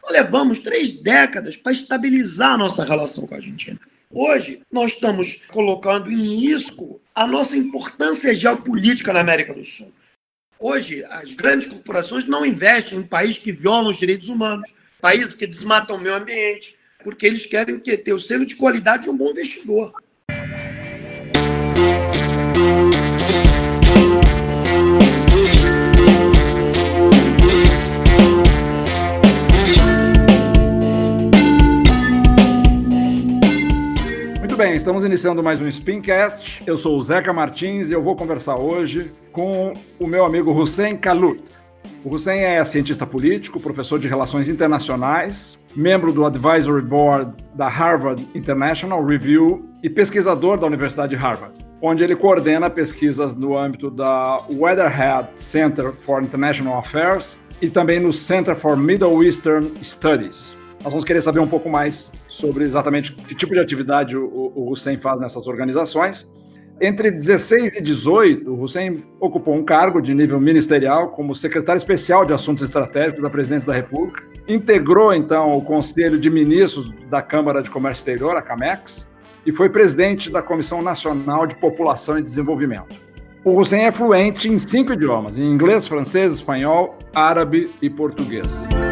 levamos 3 décadas para estabilizar a nossa relação com a Argentina. Hoje, nós estamos colocando em risco a nossa importância geopolítica na América do Sul. Hoje, as grandes corporações não investem em países que violam os direitos humanos, países que desmatam o meio ambiente, porque eles querem ter o selo de qualidade de um bom investidor. Muito bem, estamos iniciando mais um Spincast. Eu sou o Zeca Martins e eu vou conversar hoje com o meu amigo Hussein Khallout. O Hussein é cientista político, professor de Relações Internacionais, membro do Advisory Board da Harvard International Review e pesquisador da Universidade de Harvard, onde ele coordena pesquisas no âmbito da Weatherhead Center for International Affairs e também no Center for Middle Eastern Studies. Nós vamos querer saber um pouco mais sobre exatamente que tipo de atividade o Hussein faz nessas organizações. Entre 16 e 18, o Hussein ocupou um cargo de nível ministerial como secretário especial de Assuntos Estratégicos da Presidência da República, integrou, então, o Conselho de Ministros da Câmara de Comércio Exterior, a CAMEX, e foi presidente da Comissão Nacional de População e Desenvolvimento. O Hussein é fluente em 5 idiomas, em inglês, francês, espanhol, árabe e português.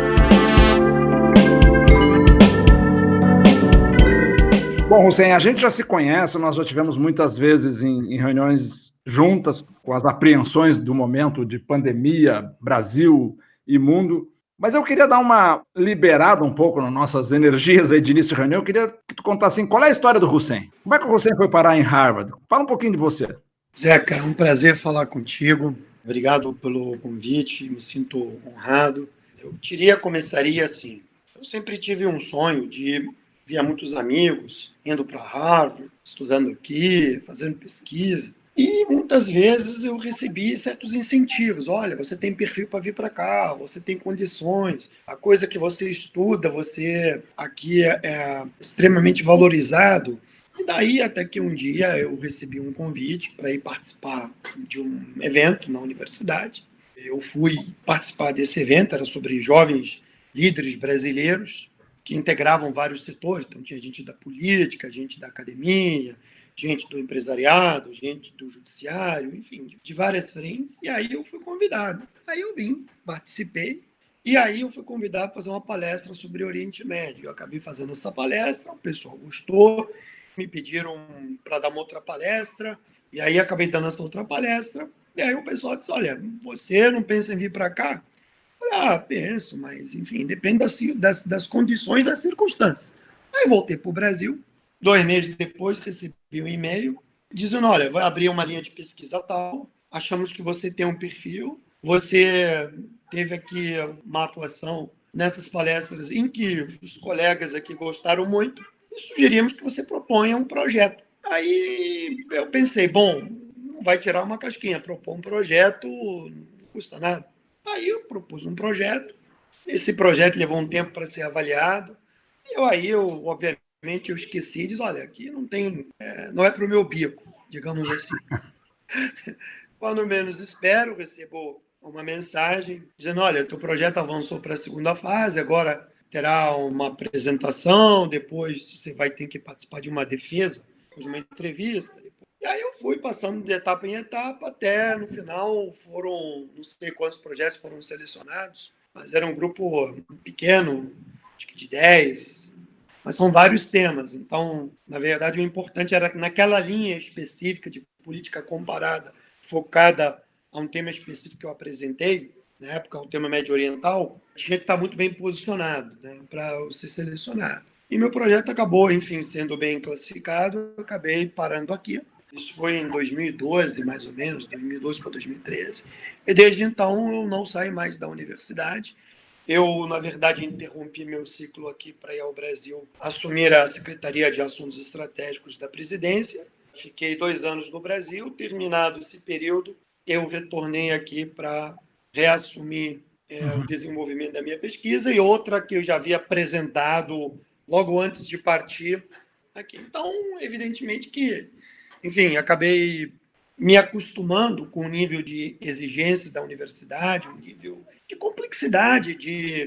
Bom, Hussein, a gente já se conhece, nós já tivemos muitas vezes em reuniões juntas com as apreensões do momento de pandemia, Brasil e mundo, mas eu queria dar uma liberada um pouco nas nossas energias aí de início de reunião. Eu queria que tu contasse qual é a história do Hussein. Como é que o Hussein foi parar em Harvard? Fala um pouquinho de você. Zeca, é um prazer falar contigo. Obrigado pelo convite, me sinto honrado. Começaria assim. Eu sempre tive um sonho de via muitos amigos indo para Harvard, estudando aqui, fazendo pesquisa. E muitas vezes eu recebi certos incentivos. Olha, você tem perfil para vir para cá, você tem condições. A coisa que você estuda, você aqui é extremamente valorizado. E daí até que um dia eu recebi um convite para ir participar de um evento na universidade. Eu fui participar desse evento, era sobre jovens líderes brasileiros que integravam vários setores. Então, tinha gente da política, gente da academia, gente do empresariado, gente do judiciário, enfim, de várias frentes. E aí eu fui convidado. Aí eu vim, participei, e aí eu fui convidado a fazer uma palestra sobre Oriente Médio. Eu acabei fazendo essa palestra, o pessoal gostou, me pediram para dar uma outra palestra, e aí acabei dando essa outra palestra. E aí o pessoal disse, olha, você não pensa em vir para cá? Penso, mas, enfim, depende das condições, das circunstâncias. Aí voltei para o Brasil. 2 meses depois, recebi um e-mail dizendo, olha, vai abrir uma linha de pesquisa tal, achamos que você tem um perfil, você teve aqui uma atuação nessas palestras em que os colegas aqui gostaram muito e sugerimos que você proponha um projeto. Aí eu pensei, bom, não vai tirar uma casquinha, propor um projeto não custa nada. Aí eu propus um projeto, esse projeto levou um tempo para ser avaliado, e obviamente, eu esqueci e disse, olha, aqui não é para o meu bico, digamos assim. Quando menos espero, recebo uma mensagem dizendo, olha, teu projeto avançou para a segunda fase, agora terá uma apresentação, depois você vai ter que participar de uma defesa, de uma entrevista. E aí eu fui passando de etapa em etapa, até no final não sei quantos projetos foram selecionados, mas era um grupo pequeno, acho que de 10, mas são vários temas. Então, na verdade, o importante era naquela linha específica de política comparada, focada a um tema específico que eu apresentei, na época, o tema médio oriental, tinha que estar muito bem posicionado, né, para ser selecionado. E meu projeto acabou, enfim, sendo bem classificado, eu acabei parando aqui. Isso foi em 2012, mais ou menos, 2012 para 2013. E desde então eu não saí mais da universidade. Eu, na verdade, interrompi meu ciclo aqui para ir ao Brasil, assumir a Secretaria de Assuntos Estratégicos da Presidência. Fiquei 2 anos no Brasil. Terminado esse período, eu retornei aqui para reassumir o desenvolvimento da minha pesquisa e outra que eu já havia apresentado logo antes de partir aqui. Então, evidentemente que, enfim, acabei me acostumando com o nível de exigência da universidade, um nível de complexidade, de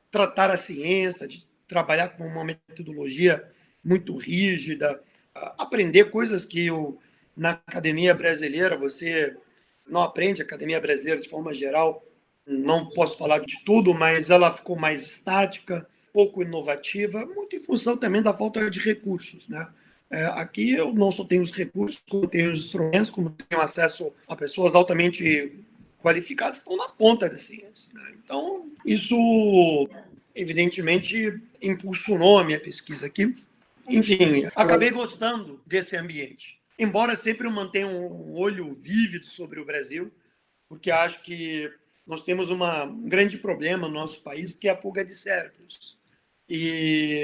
tratar a ciência, de trabalhar com uma metodologia muito rígida, aprender coisas que na academia brasileira você não aprende. A academia brasileira, de forma geral, não posso falar de tudo, mas ela ficou mais estática, pouco inovativa, muito em função também da falta de recursos, né? Aqui eu não só tenho os recursos, como tenho os instrumentos, como tenho acesso a pessoas altamente qualificadas que estão na ponta da ciência, né? Então, isso, evidentemente, impulsionou a minha pesquisa aqui. Enfim, acabei gostando desse ambiente. Embora sempre eu mantenha um olho vívido sobre o Brasil, porque acho que nós temos um grande problema no nosso país, que é a fuga de cérebros. E,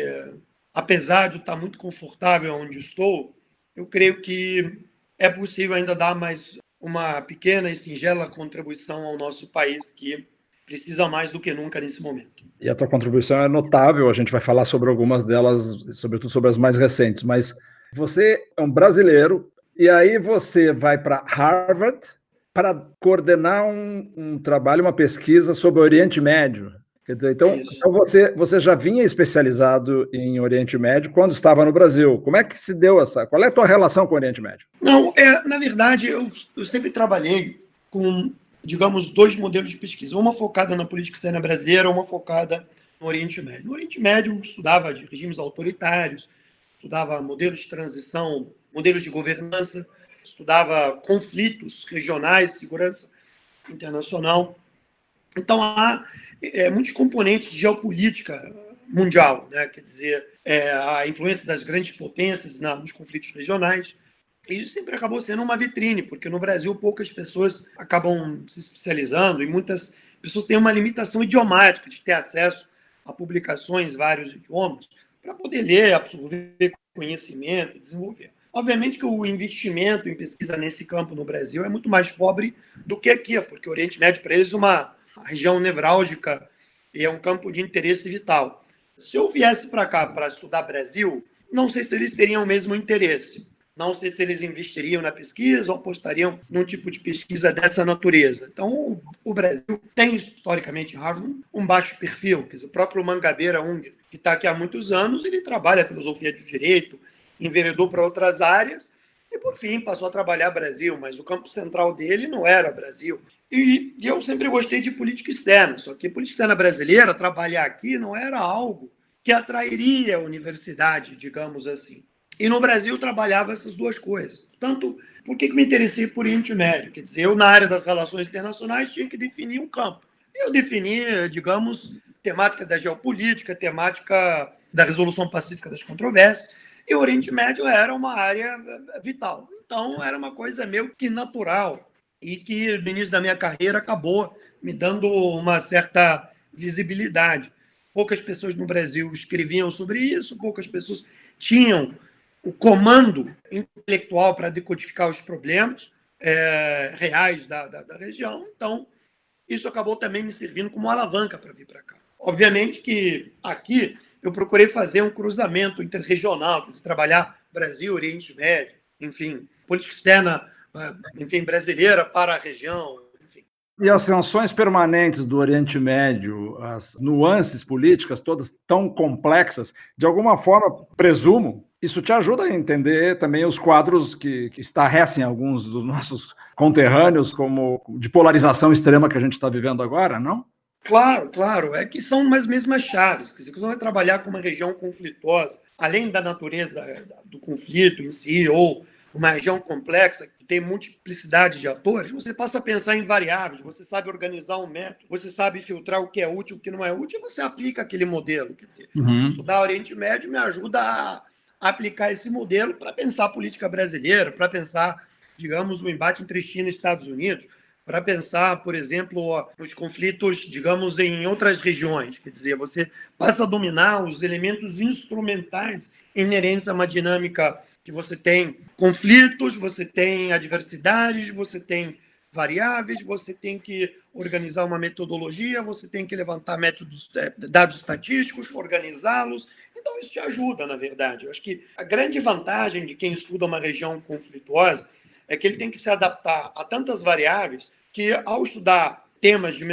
apesar de eu estar muito confortável onde estou, eu creio que é possível ainda dar mais uma pequena e singela contribuição ao nosso país, que precisa mais do que nunca nesse momento. E a tua contribuição é notável, a gente vai falar sobre algumas delas, sobretudo sobre as mais recentes, mas você é um brasileiro, e aí você vai para Harvard para coordenar um trabalho, uma pesquisa sobre o Oriente Médio. Quer dizer, então você já vinha especializado em Oriente Médio quando estava no Brasil. Como é que se deu qual é a tua relação com o Oriente Médio? Não, na verdade, eu sempre trabalhei com, digamos, dois modelos de pesquisa. Uma focada na política externa brasileira, uma focada no Oriente Médio. No Oriente Médio, eu estudava de regimes autoritários, estudava modelos de transição, modelos de governança, estudava conflitos regionais, segurança internacional. Então, há muitos componentes de geopolítica mundial, né? Quer dizer, a influência das grandes potências nos conflitos regionais. E isso sempre acabou sendo uma vitrine, porque no Brasil poucas pessoas acabam se especializando e muitas pessoas têm uma limitação idiomática de ter acesso a publicações em vários idiomas para poder ler, absorver conhecimento, desenvolver. Obviamente que o investimento em pesquisa nesse campo no Brasil é muito mais pobre do que aqui, porque o Oriente Médio para eles é uma região nevrálgica e é um campo de interesse vital. Se eu viesse para cá para estudar Brasil, não sei se eles teriam o mesmo interesse. Não sei se eles investiriam na pesquisa ou apostariam num tipo de pesquisa dessa natureza. Então, o Brasil tem, historicamente, em Harvard, um baixo perfil. Quer dizer, o próprio Mangabeira Unger, que está aqui há muitos anos, ele trabalha a filosofia do direito, enveredou para outras áreas e, por fim, passou a trabalhar Brasil, mas o campo central dele não era Brasil. E eu sempre gostei de política externa, só que política externa brasileira, trabalhar aqui não era algo que atrairia a universidade, digamos assim. E no Brasil trabalhava essas duas coisas. Portanto, por que me interessei por Oriente Médio? Quer dizer, eu, na área das relações internacionais, tinha que definir um campo. Eu defini, digamos, temática da geopolítica, temática da resolução pacífica das controvérsias, e o Oriente Médio era uma área vital. Então, era uma coisa meio que natural e que, no início da minha carreira, acabou me dando uma certa visibilidade. Poucas pessoas no Brasil escreviam sobre isso, poucas pessoas tinham o comando intelectual para decodificar os problemas reais da região. Então, isso acabou também me servindo como alavanca para vir para cá. Obviamente que aqui eu procurei fazer um cruzamento interregional, trabalhar Brasil, Oriente Médio, enfim, política externa, enfim, brasileira para a região. E as tensões permanentes do Oriente Médio, as nuances políticas todas tão complexas, de alguma forma, presumo, isso te ajuda a entender também os quadros que estarrecem alguns dos nossos conterrâneos, como de polarização extrema que a gente está vivendo agora, não? Claro, claro. É que são as mesmas chaves. Quer dizer, que você vai trabalhar com uma região conflituosa, além da natureza do conflito em si, ou uma região complexa que tem multiplicidade de atores, você passa a pensar em variáveis, você sabe organizar um método, você sabe filtrar o que é útil, o que não é útil, e você aplica aquele modelo. Quer dizer, estudar Oriente Médio me ajuda a aplicar esse modelo para pensar a política brasileira, para pensar, digamos, o embate entre China e Estados Unidos, para pensar, por exemplo, os conflitos, digamos, em outras regiões. Quer dizer, você passa a dominar os elementos instrumentais inerentes a uma dinâmica que você tem conflitos, você tem adversidades, você tem variáveis, você tem que organizar uma metodologia, você tem que levantar dados estatísticos, organizá-los. Então, isso te ajuda, na verdade. Eu acho que a grande vantagem de quem estuda uma região conflituosa é que ele tem que se adaptar a tantas variáveis que, ao estudar temas de menor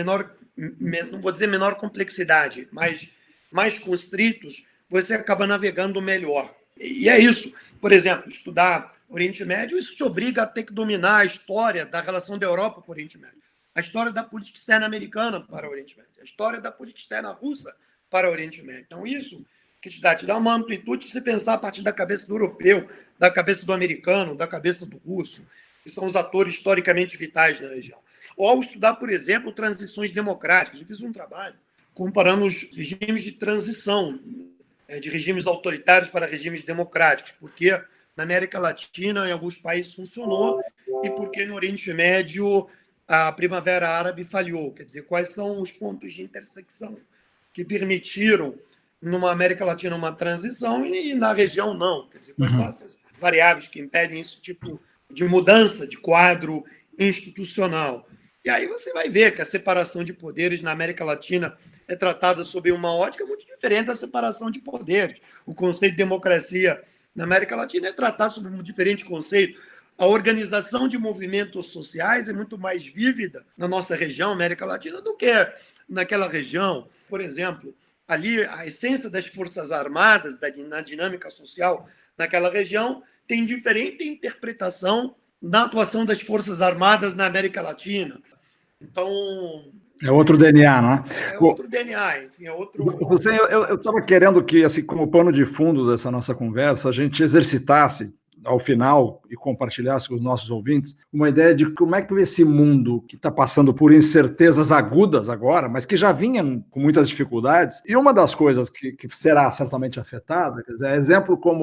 não vou dizer menor complexidade, mas mais constritos, você acaba navegando melhor. E é isso. Por exemplo, estudar Oriente Médio, isso te obriga a ter que dominar a história da relação da Europa com o Oriente Médio, a história da política externa americana para o Oriente Médio, a história da política externa russa para o Oriente Médio. Então, isso que te dá uma amplitude de se pensar a partir da cabeça do europeu, da cabeça do americano, da cabeça do russo, que são os atores historicamente vitais na região. Ou ao estudar, por exemplo, transições democráticas. Eu fiz um trabalho comparando os regimes de transição, de regimes autoritários para regimes democráticos, porque na América Latina, em alguns países, funcionou, e porque no Oriente Médio a Primavera Árabe falhou. Quer dizer, quais são os pontos de intersecção que permitiram, numa América Latina, uma transição e na região não? Quer dizer, quais são essas variáveis que impedem esse tipo de mudança de quadro institucional? E aí você vai ver que a separação de poderes na América Latina é tratada sob uma ótica muito diferente da separação de poderes. O conceito de democracia na América Latina é tratado sob um diferente conceito. A organização de movimentos sociais é muito mais vívida na nossa região, América Latina, do que naquela região. Por exemplo, ali a essência das Forças Armadas, na dinâmica social naquela região, tem diferente interpretação na atuação das Forças Armadas na América Latina. Então... É outro DNA, não é? É outro DNA, enfim, é outro... Hussein, eu estava querendo que, assim, como pano de fundo dessa nossa conversa, a gente exercitasse ao final e compartilhasse com os nossos ouvintes uma ideia de como é que esse mundo que está passando por incertezas agudas agora, mas que já vinham com muitas dificuldades, e uma das coisas que será certamente afetada, quer dizer, é exemplo como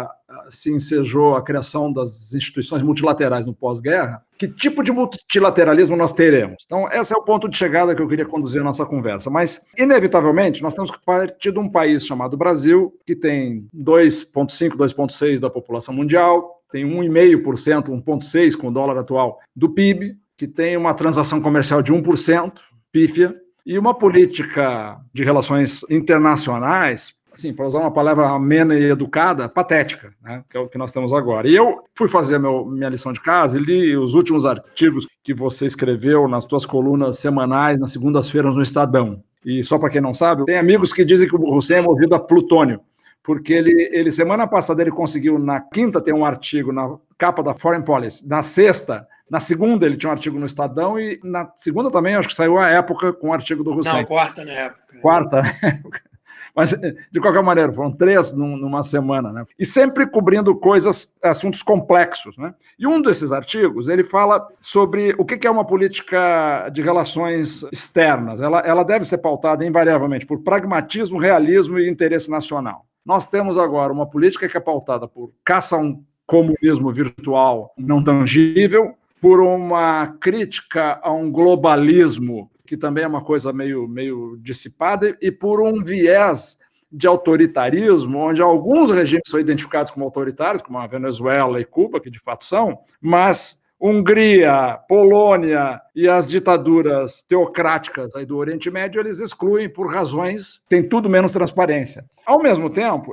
se ensejou a criação das instituições multilaterais no pós-guerra, que tipo de multilateralismo nós teremos? Então, esse é o ponto de chegada que eu queria conduzir a nossa conversa. Mas, inevitavelmente, nós temos que partir de um país chamado Brasil, que tem 2,5, 2,6% da população mundial, tem 1,5%, 1,6% com o dólar atual do PIB, que tem uma transação comercial de 1%, pífia, e uma política de relações internacionais, assim, para usar uma palavra amena e educada, patética, né? Que é o que nós temos agora. E eu fui fazer minha lição de casa e li os últimos artigos que você escreveu nas suas colunas semanais, nas segundas-feiras no Estadão. E só para quem não sabe, tem amigos que dizem que o Hussein é movido a plutônio, porque ele semana passada ele conseguiu, na quinta, ter um artigo na capa da Foreign Policy, na sexta, na segunda ele tinha um artigo no Estadão e na segunda também, acho que saiu a Época com um artigo do Hussein. Não, quarta na Época. Quarta na Época. Mas, de qualquer maneira, foram 3 numa semana, né? E sempre cobrindo assuntos complexos, né? E um desses artigos, ele fala sobre o que é uma política de relações externas. Ela deve ser pautada, invariavelmente, por pragmatismo, realismo e interesse nacional. Nós temos agora uma política que é pautada por caça a um comunismo virtual não tangível, por uma crítica a um globalismo que também é uma coisa meio dissipada, e por um viés de autoritarismo, onde alguns regimes são identificados como autoritários, como a Venezuela e Cuba, que de fato são, mas Hungria, Polônia e as ditaduras teocráticas aí do Oriente Médio, eles excluem por razões, tem tudo menos transparência. Ao mesmo tempo,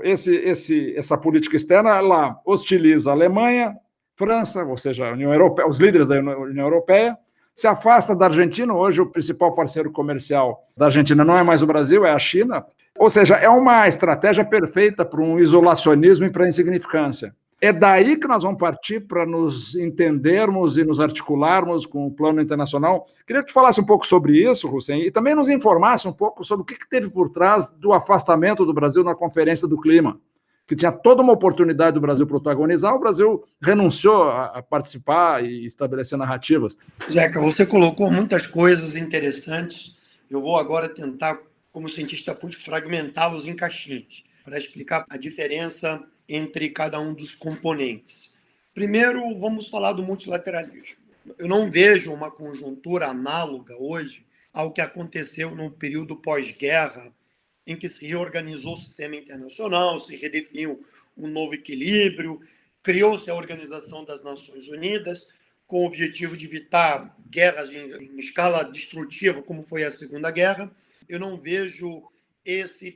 essa política externa, ela hostiliza a Alemanha, França, ou seja, a União Europeia, os líderes da União Europeia, se afasta da Argentina. Hoje o principal parceiro comercial da Argentina não é mais o Brasil, é a China. Ou seja, é uma estratégia perfeita para um isolacionismo e para a insignificância. É daí que nós vamos partir para nos entendermos e nos articularmos com o plano internacional. Queria que tu falasse um pouco sobre isso, Hussein, e também nos informasse um pouco sobre o que teve por trás do afastamento do Brasil na Conferência do Clima, que tinha toda uma oportunidade do Brasil protagonizar, o Brasil renunciou a participar e estabelecer narrativas. Zeca, você colocou muitas coisas interessantes. Eu vou agora tentar, como cientista político, fragmentá-los em caixinhas, para explicar a diferença entre cada um dos componentes. Primeiro, vamos falar do multilateralismo. Eu não vejo uma conjuntura análoga hoje ao que aconteceu no período pós-guerra, em que se reorganizou o sistema internacional, se redefiniu um novo equilíbrio, criou-se a Organização das Nações Unidas, com o objetivo de evitar guerras em escala destrutiva, como foi a Segunda Guerra. Eu não vejo esse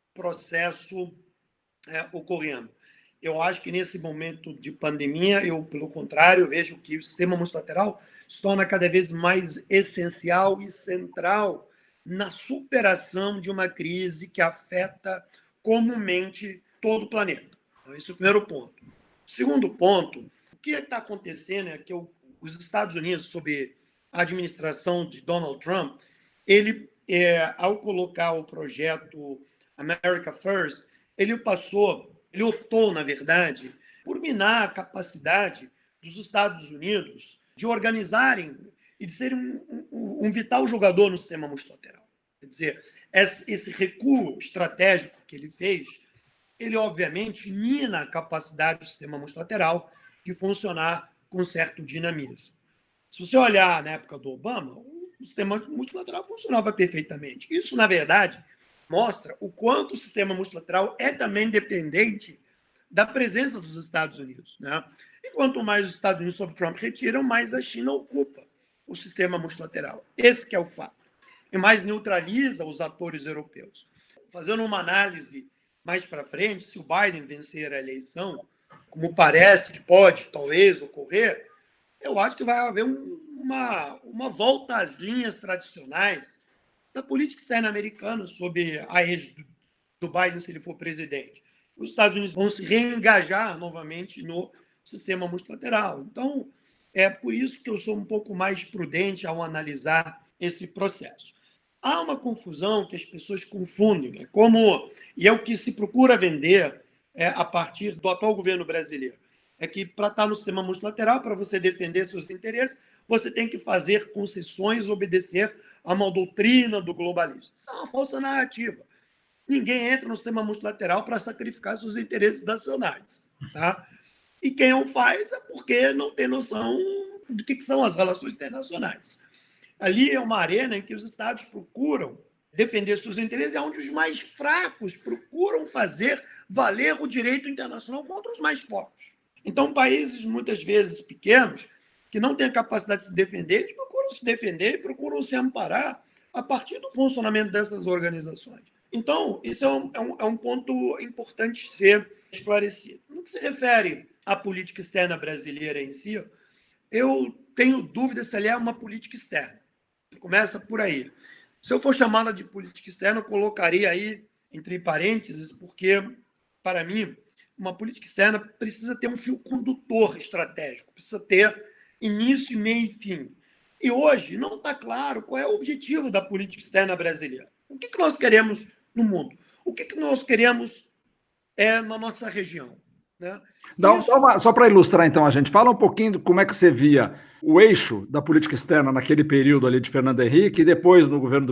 processo ocorrendo. Eu acho que nesse momento de pandemia, pelo contrário, vejo que o sistema multilateral se torna cada vez mais essencial e central na superação de uma crise que afeta comumente todo o planeta. Então, esse é o primeiro ponto. Segundo ponto, o que está acontecendo é que os Estados Unidos, sob a administração de Donald Trump, ele, ao colocar o projeto America First, ele optou, na verdade, por minar a capacidade dos Estados Unidos de organizarem e de serem um vital jogador no sistema multilateral. Quer dizer, esse recuo estratégico que ele fez, ele obviamente mina a capacidade do sistema multilateral de funcionar com certo dinamismo. Se você olhar na época do Obama, o sistema multilateral funcionava perfeitamente. Isso, na verdade, mostra o quanto o sistema multilateral é também dependente da presença dos Estados Unidos, né? E quanto mais os Estados Unidos sob Trump retiram, mais a China ocupa o sistema multilateral. Esse que é o fato. E mais neutraliza os atores europeus. Fazendo uma análise mais para frente, se o Biden vencer a eleição, como parece que pode, talvez, ocorrer, eu acho que vai haver uma volta às linhas tradicionais da política externa americana sob a égide do Biden, se ele for presidente. Os Estados Unidos vão se reengajar novamente no sistema multilateral. Então, é por isso que eu sou um pouco mais prudente ao analisar esse processo. Há uma confusão que as pessoas confundem, e é o que se procura vender a partir do atual governo brasileiro. É que para estar no sistema multilateral, para você defender seus interesses, você tem que fazer concessões, obedecer a uma doutrina do globalismo. Isso é uma falsa narrativa. Ninguém entra no sistema multilateral para sacrificar seus interesses nacionais. Tá? E quem o faz é porque não tem noção do que são as relações internacionais. Ali é uma arena em que os Estados procuram defender seus interesses, é onde os mais fracos procuram fazer valer o direito internacional contra os mais fortes. Então, países muitas vezes pequenos, que não têm a capacidade de se defender, eles procuram se defender e procuram se amparar a partir do funcionamento dessas organizações. Então, isso é um ponto importante ser esclarecido. No que se refere à política externa brasileira em si, eu tenho dúvida se ela é uma política externa. Começa por aí. Se eu for chamá-la de política externa, eu colocaria aí entre parênteses, porque, para mim, uma política externa precisa ter um fio condutor estratégico, precisa ter início, meio e fim. E hoje não está claro qual é o objetivo da política externa brasileira. O que nós queremos no mundo? O que nós queremos na nossa região? Né? Só para ilustrar, então, a gente fala um pouquinho de como é que você via o eixo da política externa naquele período ali de Fernando Henrique e depois no governo do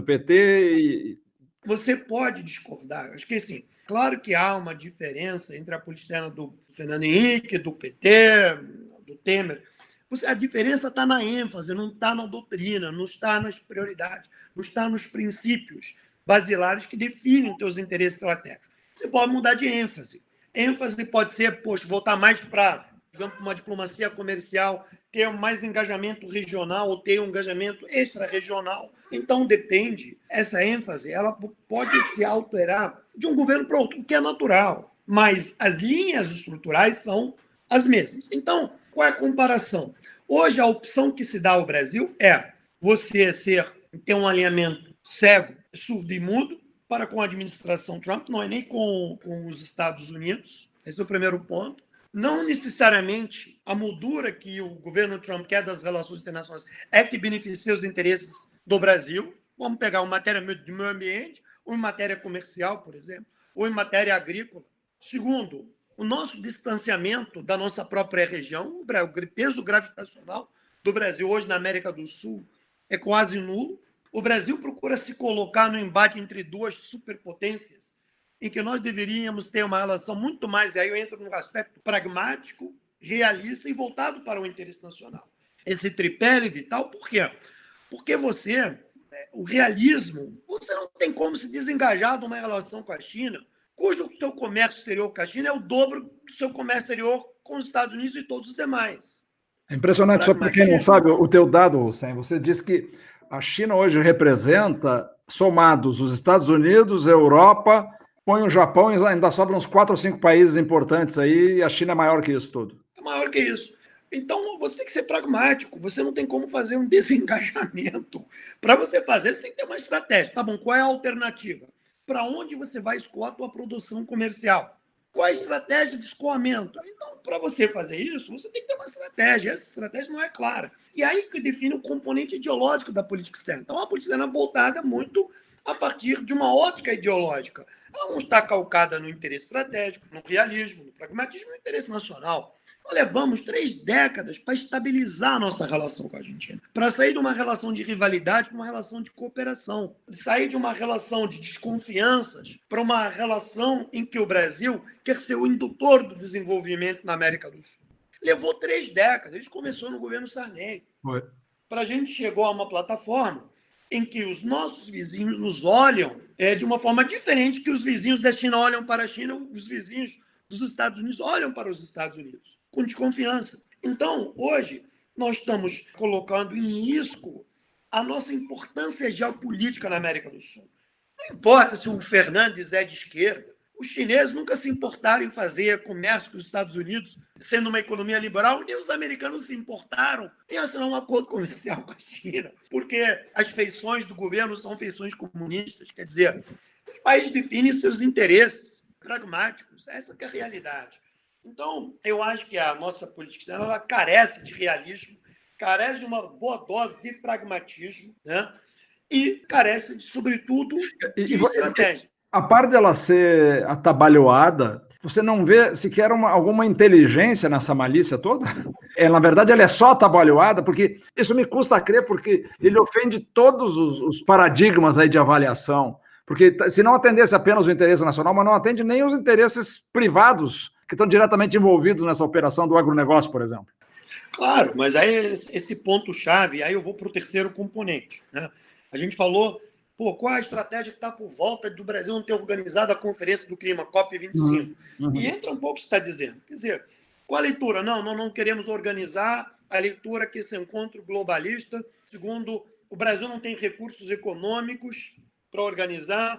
PT. Você pode discordar. Acho que, assim, claro que há uma diferença entre a política externa do Fernando Henrique, do PT, do Temer. A diferença está na ênfase, não está na doutrina, não está nas prioridades, não está nos princípios basilares que definem os seus interesses estratégicos. Você pode mudar de ênfase. ênfase pode ser, voltar mais para, digamos, uma diplomacia comercial, ter mais engajamento regional ou ter um engajamento extra-regional. Então, depende, essa ênfase ela pode se alterar de um governo para outro, o que é natural, mas as linhas estruturais são as mesmas. Então, qual é a comparação? Hoje, a opção que se dá ao Brasil é você ter um alinhamento cego, surdo e mudo para com a administração Trump, não é nem com os Estados Unidos. Esse é o primeiro ponto. Não necessariamente a moldura que o governo Trump quer das relações internacionais é que beneficia os interesses do Brasil. Vamos pegar uma matéria de meio ambiente, ou em matéria comercial, por exemplo, ou em matéria agrícola. Segundo, o nosso distanciamento da nossa própria região, o peso gravitacional do Brasil hoje na América do Sul é quase nulo. O Brasil procura se colocar no embate entre duas superpotências, em que nós deveríamos ter uma relação muito mais, e aí eu entro num aspecto pragmático, realista e voltado para o interesse nacional. Esse tripé é vital, por quê? Porque o realismo, você não tem como se desengajar de uma relação com a China, cujo teu comércio exterior com a China é o dobro do seu comércio exterior com os Estados Unidos e todos os demais. É impressionante, só para quem não sabe o teu dado, Hussein, você disse que a China hoje representa, somados os Estados Unidos, a Europa, põe o Japão e ainda sobram uns 4 ou 5 países importantes aí, e a China é maior que isso tudo. É maior que isso. Então, você tem que ser pragmático, você não tem como fazer um desengajamento. Para você fazer, você tem que ter uma estratégia. Tá bom, qual é a alternativa? Para onde você vai escoar a tua produção comercial? Qual é a estratégia de escoamento? Então, para você fazer isso, você tem que ter uma estratégia. Essa estratégia não é clara. E aí que define o componente ideológico da política externa. Então, a política externa é voltada muito a partir de uma ótica ideológica. Ela não está calcada no interesse estratégico, no realismo, no pragmatismo, no interesse nacional. Nós levamos 3 décadas para estabilizar a nossa relação com a Argentina, para sair de uma relação de rivalidade para uma relação de cooperação, sair de uma relação de desconfianças para uma relação em que o Brasil quer ser o indutor do desenvolvimento na América do Sul. Levou 3 décadas, a gente começou no governo Sarney. Para a gente chegou a uma plataforma em que os nossos vizinhos nos olham de uma forma diferente que os vizinhos da China olham para a China, os vizinhos dos Estados Unidos olham para os Estados Unidos com desconfiança. Então, hoje, nós estamos colocando em risco a nossa importância geopolítica na América do Sul. Não importa se o Fernandes é de esquerda, os chineses nunca se importaram em fazer comércio com os Estados Unidos, sendo uma economia liberal, nem os americanos se importaram em assinar um acordo comercial com a China, porque as feições do governo são feições comunistas, quer dizer, os países definem seus interesses pragmáticos, essa que é a realidade. Então, eu acho que a nossa política externa ela carece de realismo, carece de uma boa dose de pragmatismo, né? E carece, sobretudo, de estratégia. A par dela ser atabalhoada, você não vê sequer alguma inteligência nessa malícia toda? Na verdade, ela é só atabalhoada, porque isso me custa a crer, porque ele ofende todos os paradigmas aí de avaliação. Porque se não atendesse apenas o interesse nacional, mas não atende nem os interesses privados que estão diretamente envolvidos nessa operação do agronegócio, por exemplo. Claro, mas aí esse ponto-chave, aí eu vou para o terceiro componente, né? A gente falou, qual a estratégia que está por volta do Brasil não ter organizado a Conferência do Clima, COP25? E entra um pouco o que você está dizendo. Quer dizer, qual a leitura? Não queremos organizar a leitura que esse encontro globalista, segundo, o Brasil não tem recursos econômicos para organizar.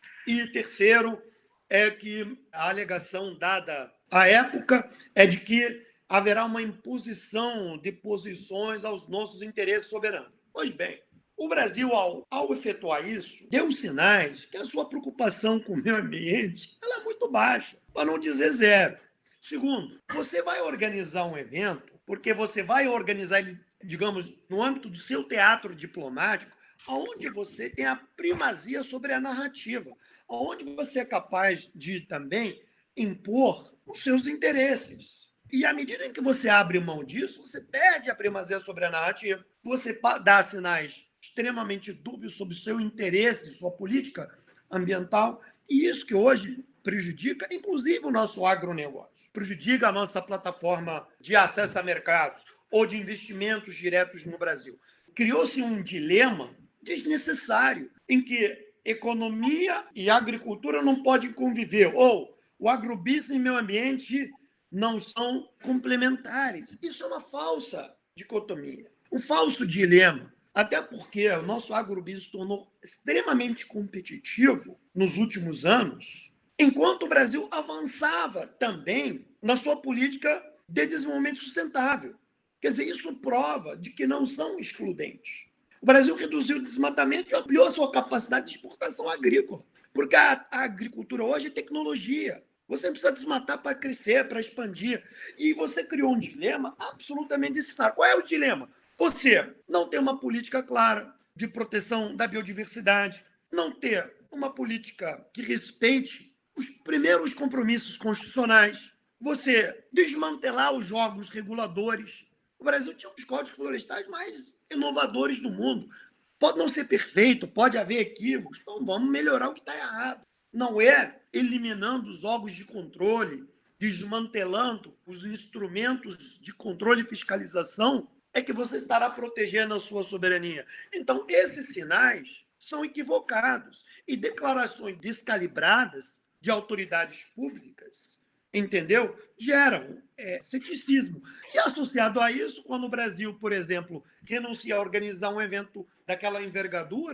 E terceiro, é que a alegação dada à época é de que haverá uma imposição de posições aos nossos interesses soberanos. Pois bem, o Brasil, ao efetuar isso, deu sinais que a sua preocupação com o meio ambiente ela é muito baixa, para não dizer zero. Segundo, você vai organizar um evento, porque você vai organizar ele, digamos, no âmbito do seu teatro diplomático, onde você tem a primazia sobre a narrativa, onde você é capaz de também impor os seus interesses. E à medida em que você abre mão disso, você perde a primazia sobre a narrativa, você dá sinais extremamente dúbios sobre o seu interesse, sua política ambiental, e isso que hoje prejudica, inclusive, o nosso agronegócio, prejudica a nossa plataforma de acesso a mercados ou de investimentos diretos no Brasil. Criou-se um dilema desnecessário, em que economia e agricultura não podem conviver, ou o agrobusiness e meio ambiente não são complementares. Isso é uma falsa dicotomia, um falso dilema, até porque o nosso agrobusiness se tornou extremamente competitivo nos últimos anos, enquanto o Brasil avançava também na sua política de desenvolvimento sustentável. Quer dizer, isso prova de que não são excludentes. O Brasil reduziu o desmatamento e ampliou a sua capacidade de exportação agrícola, porque a agricultura hoje é tecnologia. Você não precisa desmatar para crescer, para expandir. E você criou um dilema absolutamente necessário. Qual é o dilema? Você não ter uma política clara de proteção da biodiversidade, não ter uma política que respeite os primeiros compromissos constitucionais, você desmantelar os órgãos reguladores. O Brasil tinha um dos códigos florestais mais inovadores do mundo. Pode não ser perfeito, pode haver equívocos, então vamos melhorar o que está errado. Não é eliminando os órgãos de controle, desmantelando os instrumentos de controle e fiscalização, é que você estará protegendo a sua soberania. Então, esses sinais são equivocados e declarações descalibradas de autoridades públicas, entendeu? Geram ceticismo. E associado a isso, quando o Brasil, por exemplo, renuncia a organizar um evento daquela envergadura,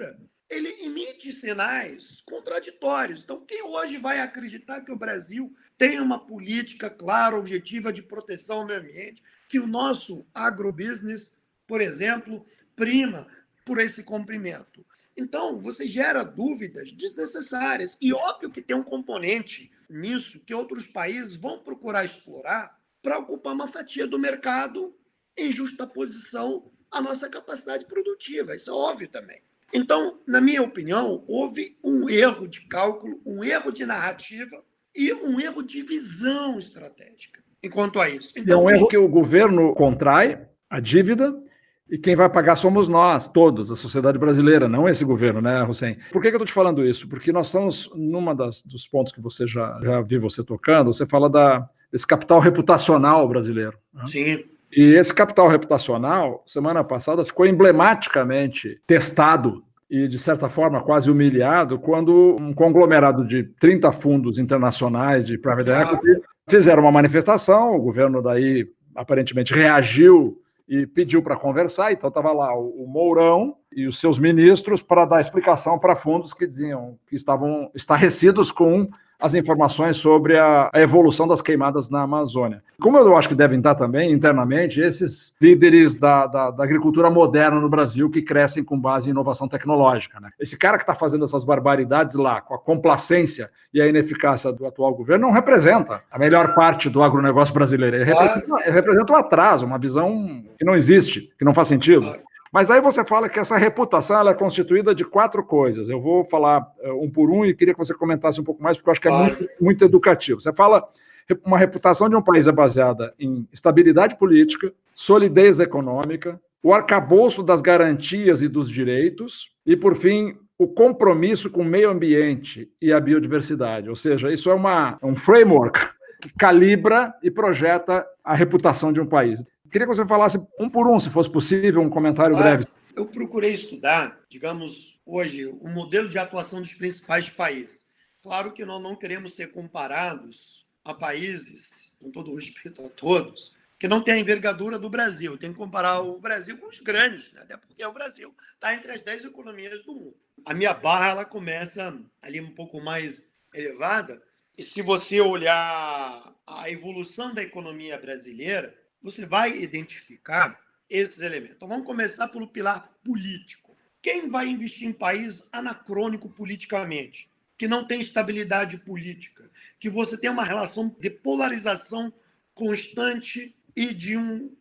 ele emite sinais contraditórios. Então, quem hoje vai acreditar que o Brasil tem uma política clara, objetiva de proteção ao meio ambiente, que o nosso agrobusiness, por exemplo, prima por esse cumprimento? Então, você gera dúvidas desnecessárias. E óbvio que tem um componente nisso que outros países vão procurar explorar para ocupar uma fatia do mercado em justa posição à nossa capacidade produtiva. Isso é óbvio também. Então, na minha opinião, houve um erro de cálculo, um erro de narrativa e um erro de visão estratégica enquanto a isso. Então, é um erro que o governo contrai a dívida e quem vai pagar somos nós, todos, a sociedade brasileira, não esse governo, né, Hussein? Por que eu estou te falando isso? Porque nós estamos, dos pontos que você já vi você tocando, você fala desse capital reputacional brasileiro. Né? Sim. E esse capital reputacional, semana passada, ficou emblematicamente testado e, de certa forma, quase humilhado quando um conglomerado de 30 fundos internacionais de private equity fizeram uma manifestação, o governo daí aparentemente reagiu e pediu para conversar, então estava lá o Mourão e os seus ministros para dar explicação para fundos que diziam que estavam estarrecidos com as informações sobre a evolução das queimadas na Amazônia. Como eu acho que devem estar também, internamente, esses líderes da agricultura moderna no Brasil que crescem com base em inovação tecnológica. Né? Esse cara que está fazendo essas barbaridades lá, com a complacência e a ineficácia do atual governo, não representa a melhor parte do agronegócio brasileiro. Ele representa um atraso, uma visão que não existe, que não faz sentido. Mas aí você fala que essa reputação ela é constituída de 4 coisas. Eu vou falar um por um e queria que você comentasse um pouco mais, porque eu acho que é muito, muito educativo. Você fala uma reputação de um país é baseada em estabilidade política, solidez econômica, o arcabouço das garantias e dos direitos e, por fim, o compromisso com o meio ambiente e a biodiversidade. Ou seja, isso é um framework que calibra e projeta a reputação de um país. Queria que você falasse um por um, se fosse possível, um comentário breve. Eu procurei estudar, digamos, hoje, o modelo de atuação dos principais países. Claro que nós não queremos ser comparados a países, com todo o respeito a todos, que não têm a envergadura do Brasil. Tem que comparar o Brasil com os grandes, né? Até porque o Brasil está entre as 10 economias do mundo. A minha barra ela começa ali um pouco mais elevada, e se você olhar a evolução da economia brasileira, você vai identificar esses elementos. Então, vamos começar pelo pilar político. Quem vai investir em país anacrônico politicamente, que não tem estabilidade política, que você tem uma relação de polarização constante e de um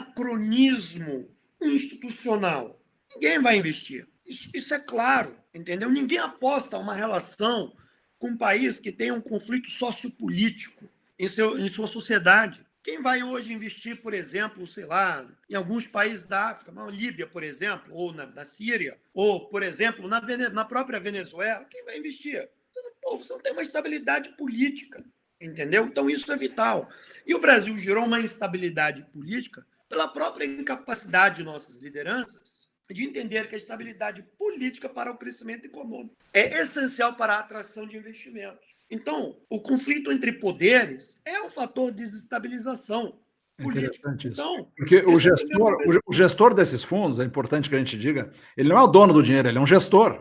anacronismo institucional? Ninguém vai investir. Isso é claro, entendeu? Ninguém aposta uma relação com um país que tem um conflito sociopolítico em sua sociedade. Quem vai hoje investir, por exemplo, sei lá, em alguns países da África, na Líbia, por exemplo, ou na Síria, ou, por exemplo, na própria Venezuela, quem vai investir? Pô, você não tem uma estabilidade política, entendeu? Então isso é vital. E o Brasil gerou uma instabilidade política pela própria incapacidade de nossas lideranças de entender que a estabilidade política para o crescimento econômico é essencial para a atração de investimentos. Então, o conflito entre poderes é um fator de desestabilização política. Então, porque o gestor desses fundos, é importante que a gente diga, ele não é o dono do dinheiro, ele é um gestor.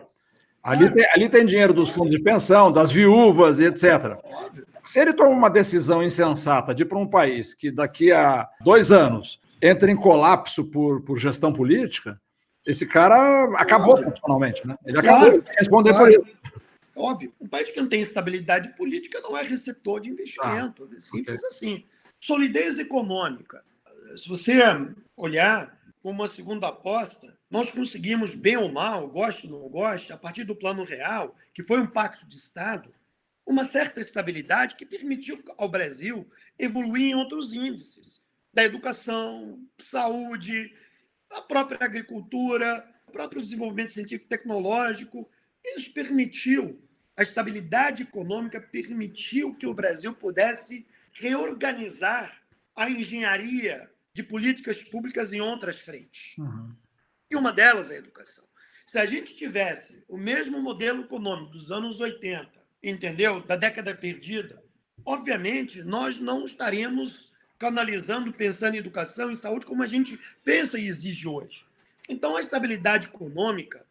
Ali tem dinheiro dos fundos de pensão, das viúvas e etc. Óbvio. Se ele toma uma decisão insensata de ir para um país que daqui a 2 anos entra em colapso por gestão política, esse cara acabou funcionalmente, né? Ele acabou de responder por isso. Óbvio, um país que não tem estabilidade política não é receptor de investimento. É simples assim. Solidez econômica. Se você olhar como uma segunda aposta, nós conseguimos, bem ou mal, goste ou não goste, a partir do Plano Real, que foi um pacto de Estado, uma certa estabilidade que permitiu ao Brasil evoluir em outros índices, da educação, saúde, a própria agricultura, o próprio desenvolvimento científico e tecnológico. Isso permitiu, a estabilidade econômica permitiu que o Brasil pudesse reorganizar a engenharia de políticas públicas em outras frentes. E uma delas é a educação. Se a gente tivesse o mesmo modelo econômico dos anos 80, entendeu? Da década perdida, obviamente nós não estaríamos canalizando, pensando em educação e saúde como a gente pensa e exige hoje. Então, a estabilidade econômica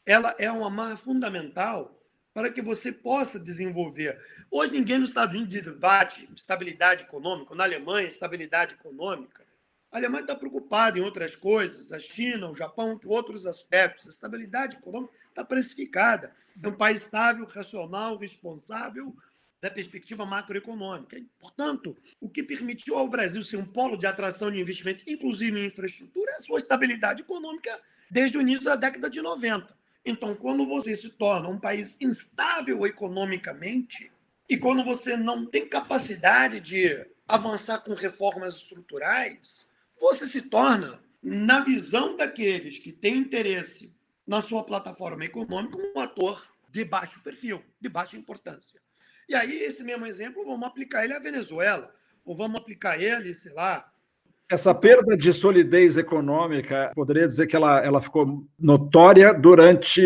ela é uma amarra fundamental para que você possa desenvolver. Hoje ninguém nos Estados Unidos debate estabilidade econômica, na Alemanha, estabilidade econômica. A Alemanha está preocupada em outras coisas, a China, o Japão, outros aspectos. A estabilidade econômica está precificada. É um país estável, racional, responsável da perspectiva macroeconômica. Portanto, o que permitiu ao Brasil ser um polo de atração de investimento, inclusive em infraestrutura, é a sua estabilidade econômica desde o início da década de 90. Então, quando você se torna um país instável economicamente e quando você não tem capacidade de avançar com reformas estruturais, você se torna, na visão daqueles que têm interesse na sua plataforma econômica, um ator de baixo perfil, de baixa importância. E aí, esse mesmo exemplo, vamos aplicar ele à Venezuela, ou vamos aplicar ele, sei lá. Essa perda de solidez econômica, poderia dizer que ela ficou notória durante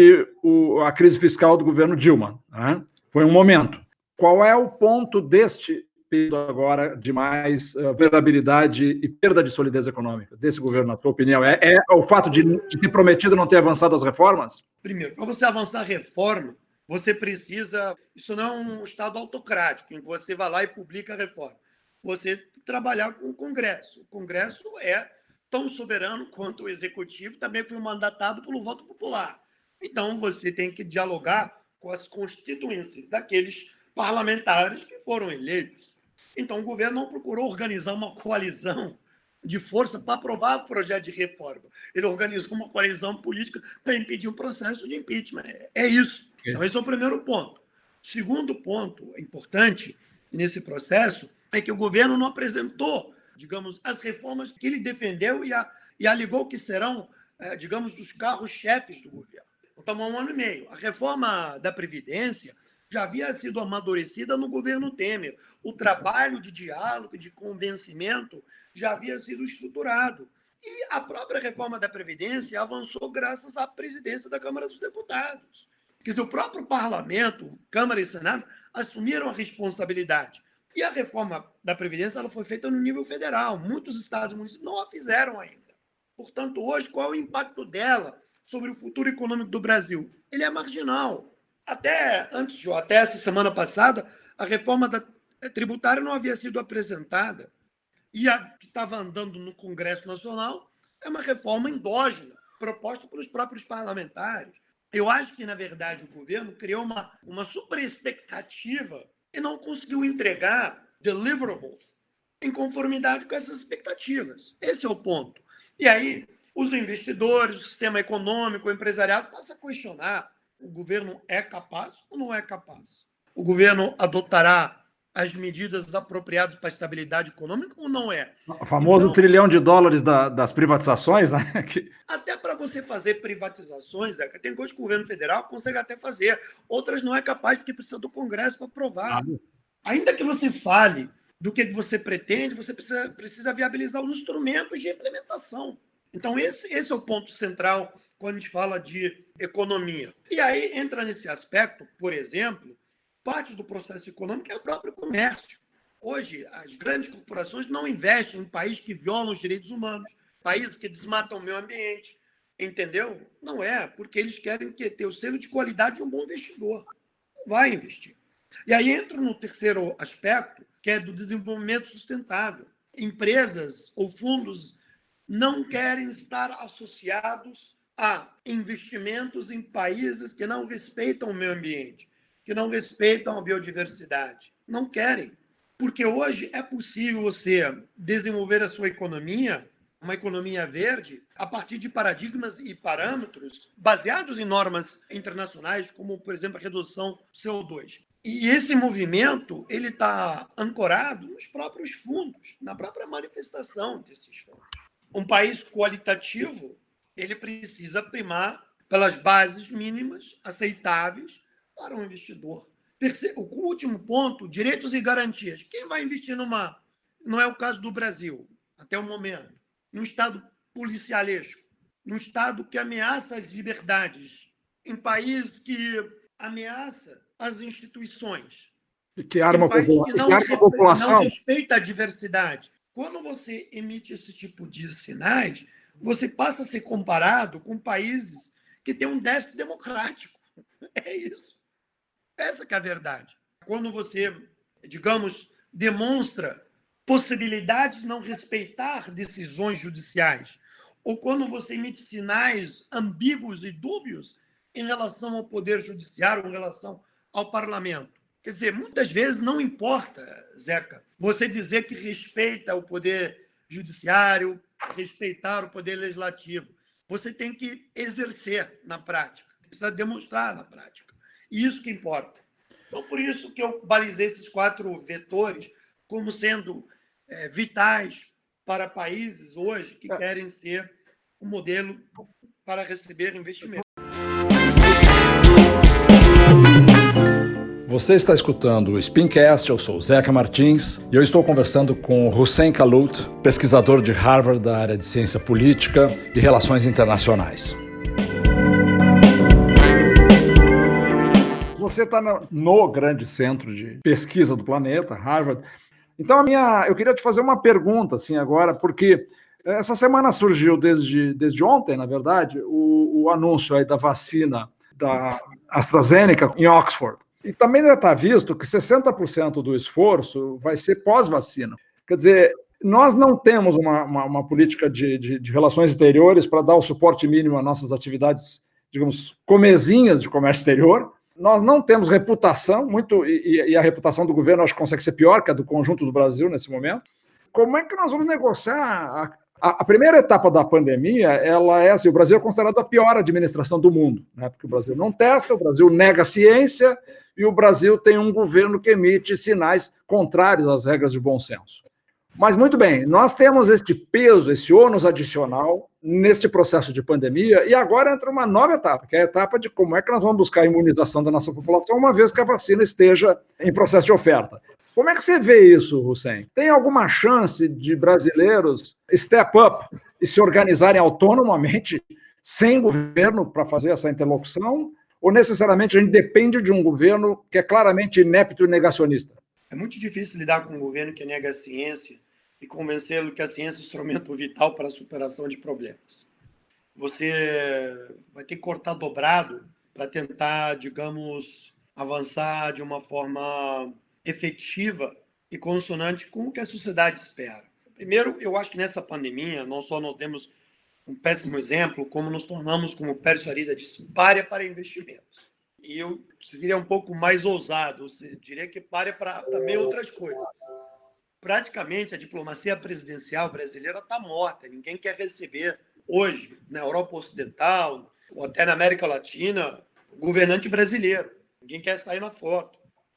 a crise fiscal do governo Dilma, né? Foi um momento. Qual é o ponto deste período agora de mais vulnerabilidade e perda de solidez econômica desse governo, na tua opinião? É o fato de ter prometido não ter avançado as reformas? Primeiro, para você avançar a reforma, você precisa... Isso não é um Estado autocrático, em que você vai lá e publica a reforma. Você trabalhar com o Congresso. O Congresso é tão soberano quanto o Executivo, também foi mandatado pelo voto popular. Então, você tem que dialogar com as constituintes daqueles parlamentares que foram eleitos. Então, o governo não procurou organizar uma coalizão de força para aprovar o projeto de reforma. Ele organizou uma coalizão política para impedir um processo de impeachment. É isso. Então, esse é o primeiro ponto. Segundo ponto importante nesse processo é que o governo não apresentou, digamos, as reformas que ele defendeu e alegou que serão, digamos, os carros-chefes do governo. Então, estamos há 1 ano e meio. A reforma da Previdência já havia sido amadurecida no governo Temer. O trabalho de diálogo, de convencimento, já havia sido estruturado. E a própria reforma da Previdência avançou graças à presidência da Câmara dos Deputados. Quer dizer, o próprio parlamento, Câmara e Senado, assumiram a responsabilidade. E a reforma da Previdência ela foi feita no nível federal. Muitos estados e municípios não a fizeram ainda. Portanto, hoje, qual é o impacto dela sobre o futuro econômico do Brasil? Ele é marginal. Até essa semana passada, a reforma tributária não havia sido apresentada. E a que estava andando no Congresso Nacional é uma reforma endógena, proposta pelos próprios parlamentares. Eu acho que, na verdade, o governo criou uma superexpectativa e não conseguiu entregar deliverables em conformidade com essas expectativas. Esse é o ponto. E aí, os investidores, o sistema econômico, o empresariado passam a questionar: o governo é capaz ou não é capaz? O governo adotará as medidas apropriadas para a estabilidade econômica ou não é? O famoso então, $1 trilhão das privatizações, né? Até para você fazer privatizações, tem coisas que o governo federal consegue até fazer. Outras não é capaz porque precisa do Congresso para aprovar. Ainda que você fale do que você pretende, você precisa viabilizar os instrumentos de implementação. Então, esse é o ponto central quando a gente fala de economia. E aí entra nesse aspecto, por exemplo, parte do processo econômico é o próprio comércio. Hoje, as grandes corporações não investem em países que violam os direitos humanos, países que desmatam o meio ambiente, entendeu? Não é, porque eles querem ter o selo de qualidade de um bom investidor. Não vai investir. E aí entra no terceiro aspecto, que é do desenvolvimento sustentável. Empresas ou fundos não querem estar associados a investimentos em países que não respeitam o meio ambiente, que não respeitam a biodiversidade. Não querem. Porque hoje é possível você desenvolver a sua economia, uma economia verde, a partir de paradigmas e parâmetros baseados em normas internacionais, como, por exemplo, a redução do CO2. E esse movimento ele está ancorado nos próprios fundos, na própria manifestação desses fundos. Um país qualitativo ele precisa primar pelas bases mínimas aceitáveis para um investidor. O último ponto, direitos e garantias. Quem vai investir não é o caso do Brasil, até o momento, num Estado policialesco, num Estado que ameaça as liberdades, em país que ameaça as instituições, que arma em país que não respeita a diversidade. Quando você emite esse tipo de sinais, você passa a ser comparado com países que tem um déficit democrático. É isso. Essa que é a verdade. Quando você, digamos, demonstra possibilidade de não respeitar decisões judiciais, ou quando você emite sinais ambíguos e dúbios em relação ao Poder Judiciário, em relação ao Parlamento. Quer dizer, muitas vezes não importa, Zeca, você dizer que respeita o Poder Judiciário, respeitar o Poder Legislativo. Você tem que exercer na prática, precisa demonstrar na prática. E isso que importa. Então, por isso que eu balizei esses 4 vetores como sendo vitais para países hoje que querem ser um modelo para receber investimento. Você está escutando o Spincast, eu sou o Zeca Martins e eu estou conversando com Hussein Kalut, pesquisador de Harvard da área de ciência política e relações internacionais. Você está no grande centro de pesquisa do planeta, Harvard. Então, eu queria te fazer uma pergunta assim agora, porque essa semana surgiu desde ontem, na verdade, o anúncio aí da vacina da AstraZeneca em Oxford. E também já está visto que 60% do esforço vai ser pós-vacina. Quer dizer, nós não temos uma política de relações exteriores para dar o suporte mínimo às nossas atividades, digamos, comezinhas de comércio exterior. Nós não temos reputação, e a reputação do governo acho que consegue ser pior que a do conjunto do Brasil nesse momento. Como é que nós vamos negociar? A primeira etapa da pandemia, ela é assim, o Brasil é considerado a pior administração do mundo, né? Porque o Brasil não testa, o Brasil nega a ciência e o Brasil tem um governo que emite sinais contrários às regras de bom senso. Mas, muito bem, nós temos este peso, esse ônus adicional neste processo de pandemia e agora entra uma nova etapa, que é a etapa de como é que nós vamos buscar a imunização da nossa população uma vez que a vacina esteja em processo de oferta. Como é que você vê isso, Hussein? Tem alguma chance de brasileiros step up e se organizarem autonomamente, sem governo, para fazer essa interlocução? Ou necessariamente a gente depende de um governo que é claramente inepto e negacionista? É muito difícil lidar com um governo que nega a ciência e convencê-lo que a ciência é um instrumento vital para a superação de problemas. Você vai ter que cortar dobrado para tentar, digamos, avançar de uma forma efetiva e consonante com o que a sociedade espera. Primeiro, eu acho que nessa pandemia, não só nós temos um péssimo exemplo, como nos tornamos, como o Pércio Arida disse, pária para investimentos. E eu seria um pouco mais ousado, eu diria que pária para também outras coisas. Praticamente, a diplomacia presidencial brasileira está morta. Ninguém quer receber hoje, na Europa Ocidental, ou até na América Latina, governante brasileiro. Ninguém quer sair na foto.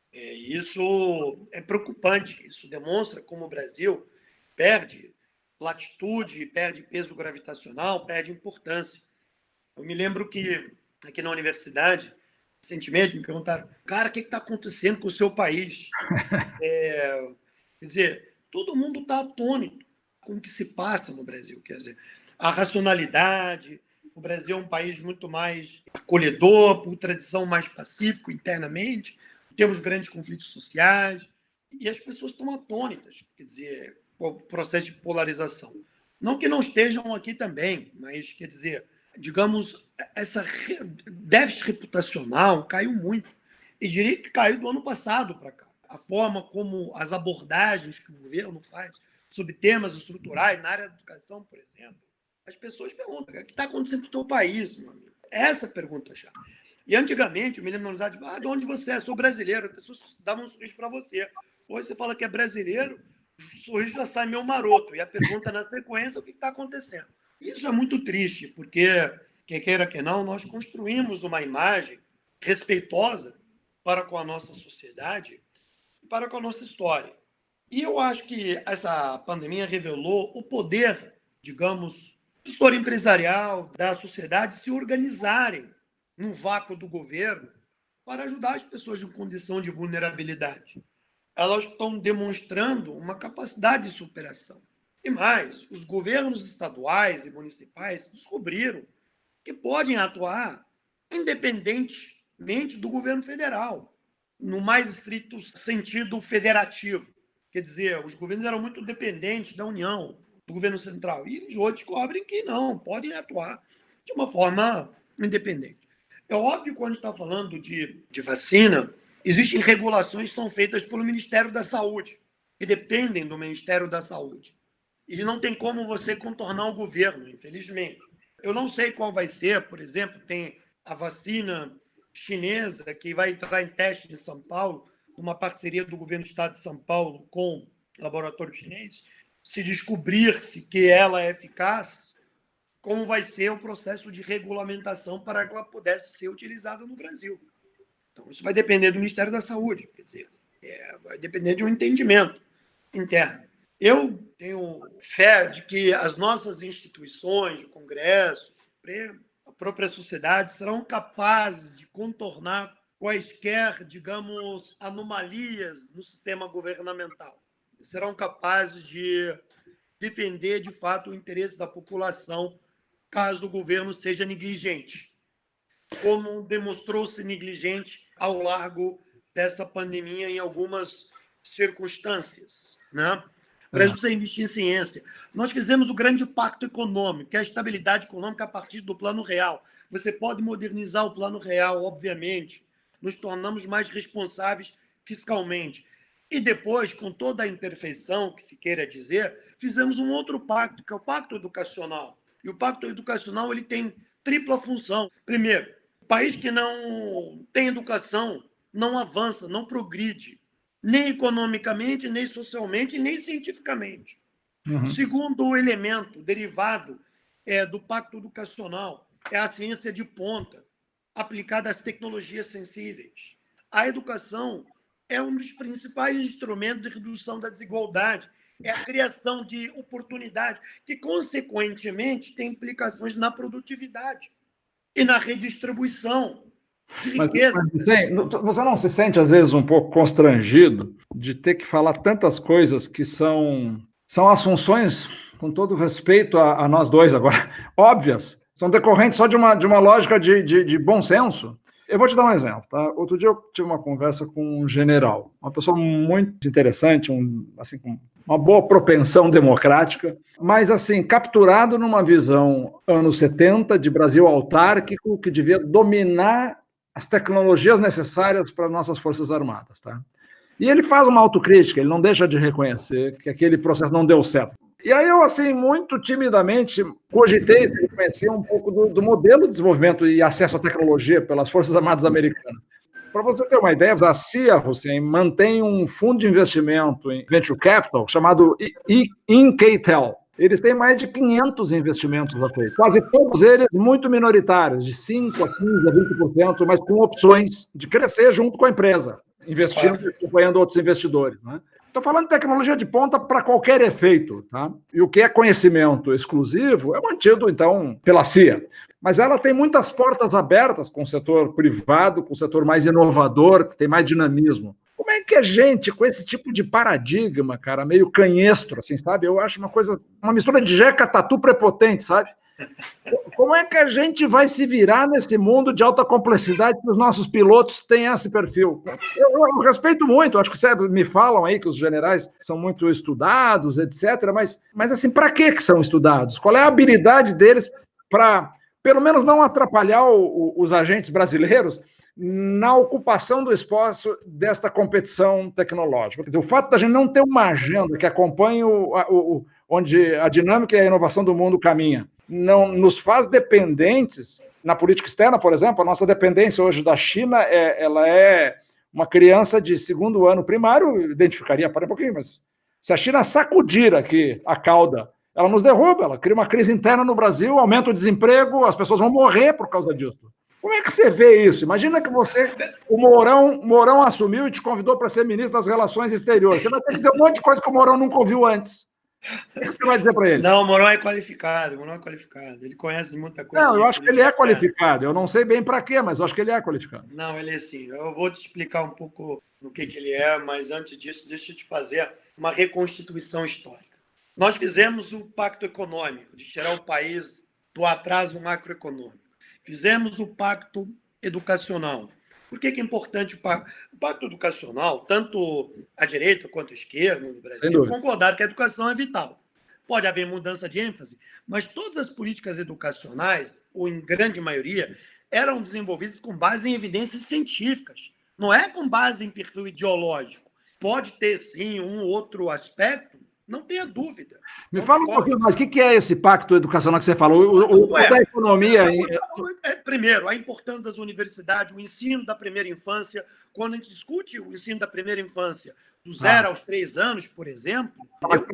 Isso é preocupante. Isso demonstra como o Brasil perde latitude, perde peso gravitacional, perde importância. Eu me lembro que aqui na universidade, recentemente, me perguntaram, cara, o que está acontecendo com o seu país? Quer dizer, todo mundo está atônito com o que se passa no Brasil. Quer dizer, a racionalidade, o Brasil é um país muito mais acolhedor, por tradição mais pacífico internamente, temos grandes conflitos sociais, e as pessoas estão atônitas, quer dizer, com o processo de polarização. Não que não estejam aqui também, mas, quer dizer, digamos, essa déficit reputacional caiu muito. E diria que caiu do ano passado para cá. A forma como as abordagens que o governo faz sobre temas estruturais na área da educação, por exemplo, as pessoas perguntam, o que está acontecendo no teu país, meu amigo? Essa pergunta já. E antigamente, eu me lembro na universidade, de onde você é? Sou brasileiro. As pessoas davam um sorriso para você. Hoje você fala que é brasileiro, o sorriso já sai meio maroto. E a pergunta na sequência, o que está acontecendo? Isso é muito triste, porque, quer queira que não, nós construímos uma imagem respeitosa para com a nossa sociedade e para com a nossa história. E eu acho que essa pandemia revelou o poder, digamos, do setor empresarial, da sociedade se organizarem no vácuo do governo para ajudar as pessoas em condição de vulnerabilidade. Elas estão demonstrando uma capacidade de superação. E mais, os governos estaduais e municipais descobriram que podem atuar independentemente do governo federal, no mais estrito sentido federativo. Quer dizer, os governos eram muito dependentes da União, do governo central. E eles hoje descobrem que não, podem atuar de uma forma independente. É óbvio que quando a gente está falando de vacina, existem regulações que são feitas pelo Ministério da Saúde, que dependem do Ministério da Saúde. E não tem como você contornar o governo, infelizmente. Eu não sei qual vai ser, por exemplo, tem a vacina chinesa que vai entrar em teste em São Paulo, uma parceria do governo do estado de São Paulo com o laboratório chinês. Se descobrir-se que ela é eficaz, como vai ser o processo de regulamentação para que ela pudesse ser utilizada no Brasil. Então, isso vai depender do Ministério da Saúde, quer dizer, vai depender de um entendimento interno. Eu tenho fé de que as nossas instituições, o Congresso, o Supremo, a própria sociedade, serão capazes de contornar quaisquer, digamos, anomalias no sistema governamental. Serão capazes de defender, de fato, o interesse da população, caso o governo seja negligente, como demonstrou-se negligente ao largo dessa pandemia em algumas circunstâncias, né? O Brasil precisa investir em ciência. Nós fizemos o grande pacto econômico, que é a estabilidade econômica a partir do Plano Real. Você pode modernizar o Plano Real, obviamente. Nos tornamos mais responsáveis fiscalmente. E depois, com toda a imperfeição que se queira dizer, fizemos um outro pacto, que é o Pacto Educacional. E o Pacto Educacional ele tem tripla função. Primeiro, o país que não tem educação não avança, não progride, nem economicamente, nem socialmente, nem cientificamente. Uhum. Segundo elemento derivado do Pacto Educacional é a ciência de ponta, aplicada às tecnologias sensíveis. A educação é um dos principais instrumentos de redução da desigualdade, é a criação de oportunidades que, consequentemente, tem implicações na produtividade e na redistribuição de riqueza. Mas você não se sente, às vezes, um pouco constrangido de ter que falar tantas coisas que são assunções, com todo respeito a nós dois agora, óbvias, são decorrentes só de uma lógica de bom senso? Eu vou te dar um exemplo, tá? Outro dia eu tive uma conversa com um general, uma pessoa muito interessante, com uma boa propensão democrática, mas assim, capturado numa visão anos 70 de Brasil autárquico que devia dominar as tecnologias necessárias para nossas Forças Armadas, tá? E ele faz uma autocrítica, ele não deixa de reconhecer que aquele processo não deu certo. E aí eu, assim, muito timidamente cogitei se ele conhecia um pouco do modelo de desenvolvimento e acesso à tecnologia pelas Forças Armadas Americanas. Para você ter uma ideia, a CIA, Hussein, mantém um fundo de investimento em Venture Capital chamado InKtel. Eles têm mais de 500 investimentos atuais, quase todos eles muito minoritários, de 5% a 15% a 20%, mas com opções de crescer junto com a empresa, investindo e acompanhando outros investidores, né? Estou falando de tecnologia de ponta para qualquer efeito, tá? E o que é conhecimento exclusivo é mantido, então, pela CIA. Mas ela tem muitas portas abertas com o setor privado, com o setor mais inovador, que tem mais dinamismo. Como é que a gente, com esse tipo de paradigma, cara, meio canhestro, assim, sabe? Eu acho uma mistura de jeca, tatu prepotente, sabe? Como é que a gente vai se virar nesse mundo de alta complexidade que os nossos pilotos têm esse perfil? Eu respeito muito, acho que me falam aí que os generais são muito estudados, etc., mas assim, para que são estudados? Qual é a habilidade deles para, pelo menos, não atrapalhar os agentes brasileiros na ocupação do espaço desta competição tecnológica? Quer dizer, o fato da gente não ter uma agenda que acompanhe onde a dinâmica e a inovação do mundo caminha não nos faz dependentes na política externa, por exemplo. A nossa dependência hoje da China ela é uma criança de segundo ano primário, identificaria, para um pouquinho, mas se a China sacudir aqui a cauda, ela nos derruba, ela cria uma crise interna no Brasil, aumenta o desemprego, as pessoas vão morrer por causa disso. Como é que você vê isso? Imagina que o Mourão assumiu e te convidou para ser ministro das Relações Exteriores. Você vai ter que dizer um monte de coisa que o Mourão nunca ouviu antes. O que você vai dizer para ele? Não, o Mourão é qualificado, Ele conhece muita coisa. Não, eu acho que ele é qualificado. Eu não sei bem para quê, mas eu acho que ele é qualificado. Não, ele é sim. Eu vou te explicar um pouco no que ele é, mas antes disso, deixa eu te fazer uma reconstituição histórica. Nós fizemos o pacto econômico, de tirar o país do atraso macroeconômico. Fizemos o pacto educacional. Por que é importante o pacto? O pacto educacional, tanto a direita quanto a esquerda no Brasil, concordaram que a educação é vital. pode haver mudança de ênfase, mas todas as políticas educacionais, ou em grande maioria, eram desenvolvidas com base em evidências científicas. Não é com base em perfil ideológico. Pode ter, sim, um outro aspecto, não tenha dúvida. Me fala um pouquinho mais, o que é esse pacto educacional que você falou? O da economia... Primeiro, a importância das universidades, o ensino da primeira infância. Quando a gente discute o ensino da primeira infância, do 0 aos 3 anos, por exemplo...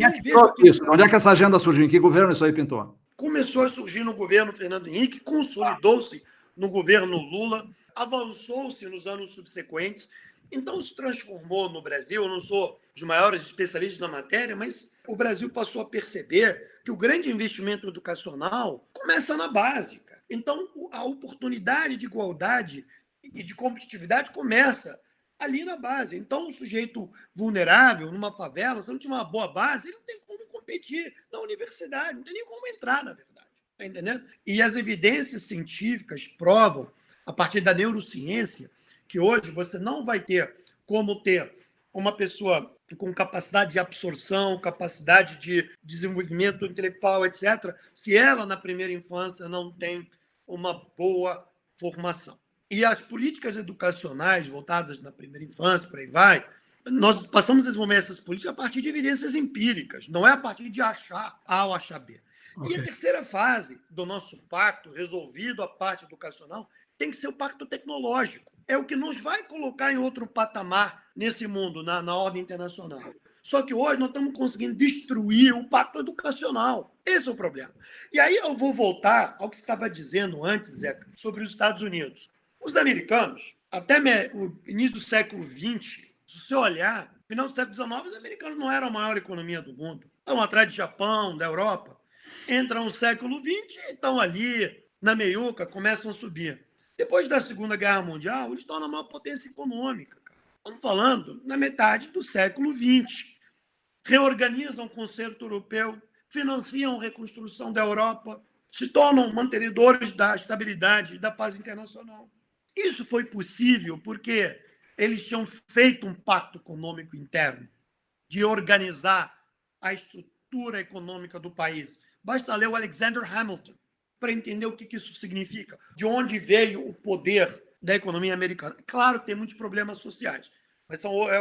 Onde é que essa agenda surgiu? Em que governo isso aí pintou? Começou a surgir no governo Fernando Henrique, consolidou-se no governo Lula, avançou-se nos anos subsequentes, então se transformou no Brasil. Eu não sou dos maiores especialistas na matéria, mas o Brasil passou a perceber que o grande investimento educacional começa na base, cara. Então, a oportunidade de igualdade e de competitividade começa ali na base. Então, o sujeito vulnerável, numa favela, se não tiver uma boa base, ele não tem como competir na universidade, não tem nem como entrar, na verdade. Está entendendo? E as evidências científicas provam, a partir da neurociência, que hoje você não vai ter como ter uma pessoa com capacidade de absorção, capacidade de desenvolvimento intelectual, etc., se ela, na primeira infância, não tem uma boa formação. E as políticas educacionais voltadas na primeira infância, por aí vai, nós passamos a desenvolver essas políticas a partir de evidências empíricas, não é a partir de achar A ou achar B. Okay. E a terceira fase do nosso pacto, resolvido a parte educacional, tem que ser o pacto tecnológico. É o que nos vai colocar em outro patamar nesse mundo, na ordem internacional. Só que hoje nós estamos conseguindo destruir o pacto educacional. Esse é o problema. E aí eu vou voltar ao que você estava dizendo antes, Zeca, sobre os Estados Unidos. Os americanos, até o início do século XX, se você olhar, no final do século XIX, os americanos não eram a maior economia do mundo. Estão atrás de Japão, da Europa. Entram no século XX e estão ali, na meiuca, começam a subir. Depois da Segunda Guerra Mundial, eles estão na maior potência econômica. Estamos falando na metade do século XX. Reorganizam o concerto europeu, financiam a reconstrução da Europa, se tornam mantenedores da estabilidade e da paz internacional. Isso foi possível porque eles tinham feito um pacto econômico interno de organizar a estrutura econômica do país. Basta ler o Alexander Hamilton para entender o que isso significa, de onde veio o poder da economia americana. Claro que tem muitos problemas sociais, mas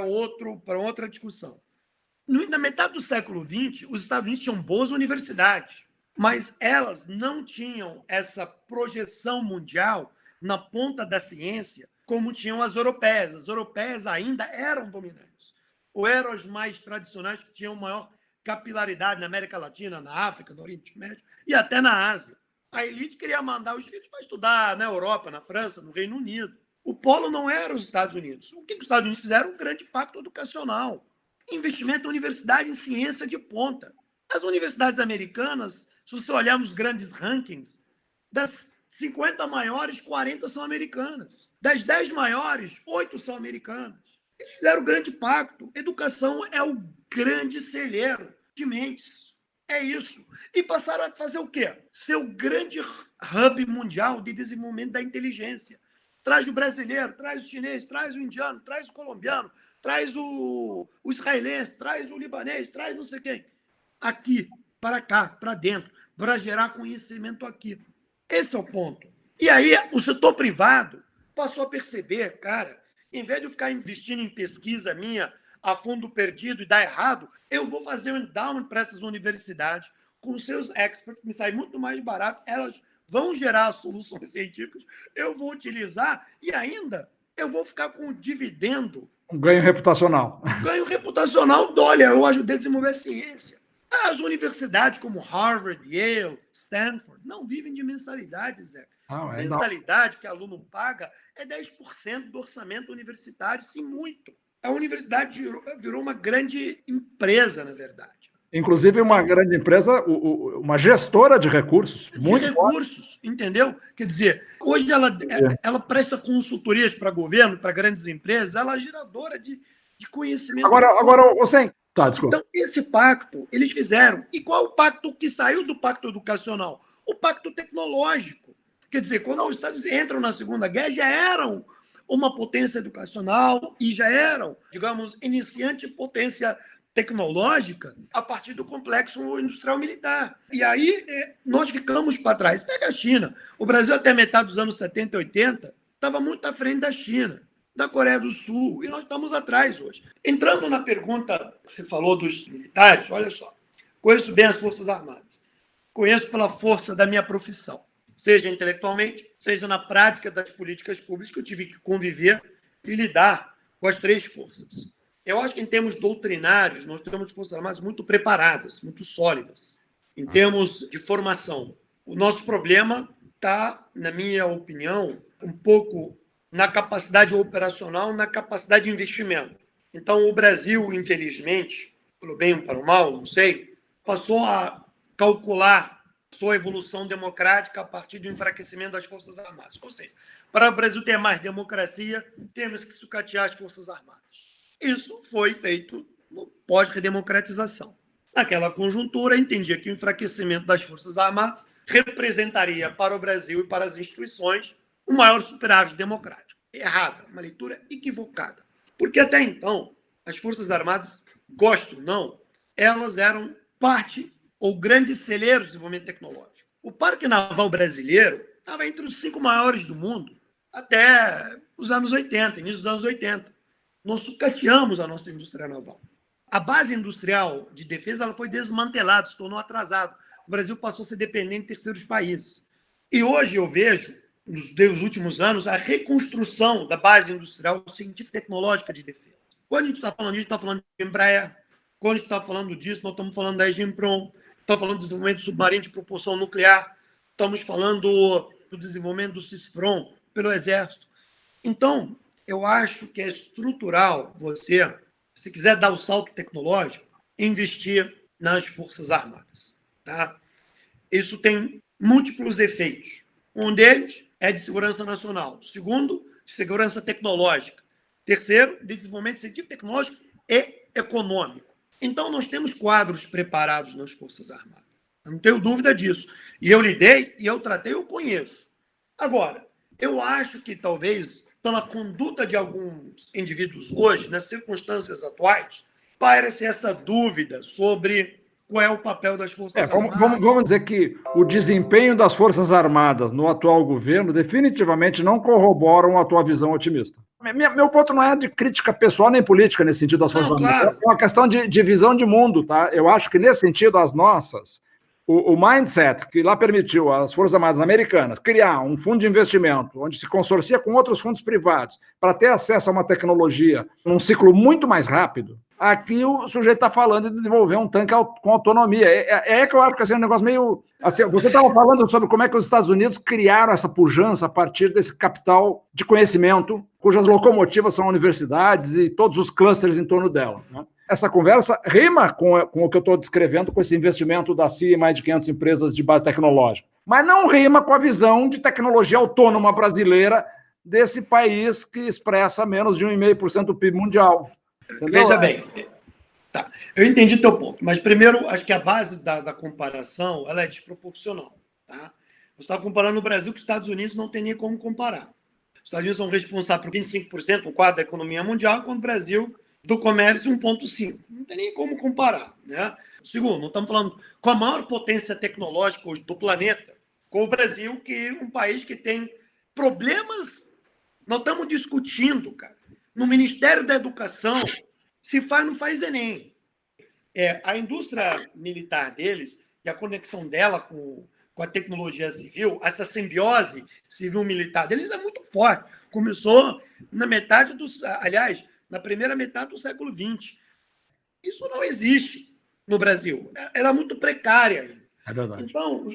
para outra discussão. Na metade do século XX, os Estados Unidos tinham boas universidades, mas elas não tinham essa projeção mundial na ponta da ciência como tinham as europeias. As europeias ainda eram dominantes, ou eram as mais tradicionais, que tinham maior capilaridade na América Latina, na África, no Oriente Médio e até na Ásia. A elite queria mandar os filhos para estudar na Europa, na França, no Reino Unido. O polo não era os Estados Unidos. O que os Estados Unidos fizeram? Um grande pacto educacional. Investimento em universidade em ciência de ponta. As universidades americanas, se você olhar nos grandes rankings, das 50 maiores, 40 são americanas. Das 10 maiores, 8 são americanas. Eles fizeram um grande pacto. Educação é o grande celeiro de mentes. É isso. E passaram a fazer o quê? Ser o grande hub mundial de desenvolvimento da inteligência. Traz o brasileiro, traz o chinês, traz o indiano, traz o colombiano, traz o israelense, traz o libanês, traz não sei quem. Aqui, para cá, para dentro, para gerar conhecimento aqui. Esse é o ponto. E aí, o setor privado passou a perceber, cara, em vez de eu ficar investindo em pesquisa minha a fundo perdido e dar errado, eu vou fazer um endowment para essas universidades com seus experts, me sai muito mais barato, elas vão gerar soluções científicas, eu vou utilizar e ainda eu vou ficar com o dividendo. Um ganho reputacional. Ganho reputacional, olha, eu ajudei a desenvolver a ciência. As universidades como Harvard, Yale, Stanford, não vivem de mensalidades, Zé. Mensalidade que aluno paga é 10% do orçamento universitário, sim, muito. A universidade virou uma grande empresa, na verdade. Inclusive uma grande empresa, uma gestora de recursos. De recursos, entendeu? Quer dizer, hoje ela presta consultorias para governo, para grandes empresas, ela é geradora de conhecimento. Agora você... Tá, desculpa. Então, esse pacto, eles fizeram. E qual o pacto que saiu do pacto educacional? O pacto tecnológico. Quer dizer, quando os Estados Unidos entram na Segunda Guerra, já eram uma potência educacional e já eram, digamos, iniciante potência tecnológica a partir do complexo industrial militar. E aí nós ficamos para trás. Pega a China. O Brasil, até metade dos anos 70 e 80, estava muito à frente da China, da Coreia do Sul, e nós estamos atrás hoje. Entrando na pergunta que você falou dos militares, olha só, conheço bem as Forças Armadas. Conheço pela força da minha profissão, seja intelectualmente, seja na prática das políticas públicas, que eu tive que conviver e lidar com as três forças. Eu acho que, em termos doutrinários, nós temos Forças Armadas muito preparadas, muito sólidas, em termos de formação. O nosso problema está, na minha opinião, um pouco na capacidade operacional, na capacidade de investimento. Então, o Brasil, infelizmente, pelo bem ou para o mal, não sei, passou a calcular sua evolução democrática a partir do enfraquecimento das Forças Armadas. Ou seja, para o Brasil ter mais democracia, temos que sucatear as Forças Armadas. Isso foi feito no pós-redemocratização. Naquela conjuntura, entendia que o enfraquecimento das Forças Armadas representaria para o Brasil e para as instituições o maior superávit democrático. Errada, uma leitura equivocada. Porque até então, as Forças Armadas, gosto ou não, elas eram parte ou grande celeiro do desenvolvimento tecnológico. O Parque Naval Brasileiro estava entre os 5 maiores do mundo até os anos 80, início dos anos 80. Nós sucateamos a nossa indústria naval. A base industrial de defesa ela foi desmantelada, se tornou atrasada. O Brasil passou a ser dependente de terceiros países. E hoje eu vejo, nos últimos anos, a reconstrução da base industrial científica e tecnológica de defesa. Quando a gente está falando disso, a gente está falando de Embraer. Quando a gente está falando disso, nós estamos falando da Gemprom, estamos falando do desenvolvimento do submarino de propulsão nuclear, estamos falando do desenvolvimento do CISFRON pelo Exército. Então, eu acho que é estrutural você, se quiser dar o salto tecnológico, investir nas Forças Armadas. Tá? Isso tem múltiplos efeitos. Um deles é de segurança nacional. Segundo, de segurança tecnológica. Terceiro, de desenvolvimento científico, tecnológico e econômico. Então, nós temos quadros preparados nas Forças Armadas. Eu não tenho dúvida disso. E eu lidei, e eu tratei, eu conheço. Agora, eu acho que talvez, pela conduta de alguns indivíduos hoje, nas circunstâncias atuais, parece essa dúvida sobre qual é o papel das Forças Armadas. Vamos dizer que o desempenho das Forças Armadas no atual governo definitivamente não corroboram a tua visão otimista. Meu ponto não é de crítica pessoal nem política nesse sentido das Forças Armadas. Claro. É uma questão de visão de mundo, tá? Eu acho que nesse sentido as nossas, o mindset que lá permitiu às Forças Armadas americanas criar um fundo de investimento onde se consorcia com outros fundos privados para ter acesso a uma tecnologia num ciclo muito mais rápido, aqui o sujeito está falando de desenvolver um tanque com autonomia. É que eu acho que assim, é um negócio meio... Assim, você estava falando sobre como é que os Estados Unidos criaram essa pujança a partir desse capital de conhecimento, cujas locomotivas são universidades e todos os clusters em torno dela, né? Essa conversa rima com o que eu estou descrevendo, com esse investimento da CIA em mais de 500 empresas de base tecnológica. Mas não rima com a visão de tecnologia autônoma brasileira desse país que expressa menos de 1,5% do PIB mundial. Entendeu? Veja bem, tá, eu entendi o teu ponto, mas primeiro, acho que a base da comparação ela é desproporcional. Tá? Você está comparando o Brasil com os Estados Unidos, não tem nem como comparar. Os Estados Unidos são responsáveis por 25%, um quarto da economia mundial, enquanto o Brasil... do comércio 1,5. Não tem nem como comparar. Né? Segundo, não estamos falando com a maior potência tecnológica hoje do planeta, com o Brasil, que é um país que tem problemas. Nós estamos discutindo, cara, no Ministério da Educação, se faz ou não faz Enem. A indústria militar deles e a conexão dela com a tecnologia civil, essa simbiose civil-militar deles é muito forte. Começou na metade dos... Aliás, na primeira metade do século XX. Isso não existe no Brasil. Era muito precária. É verdade. Então,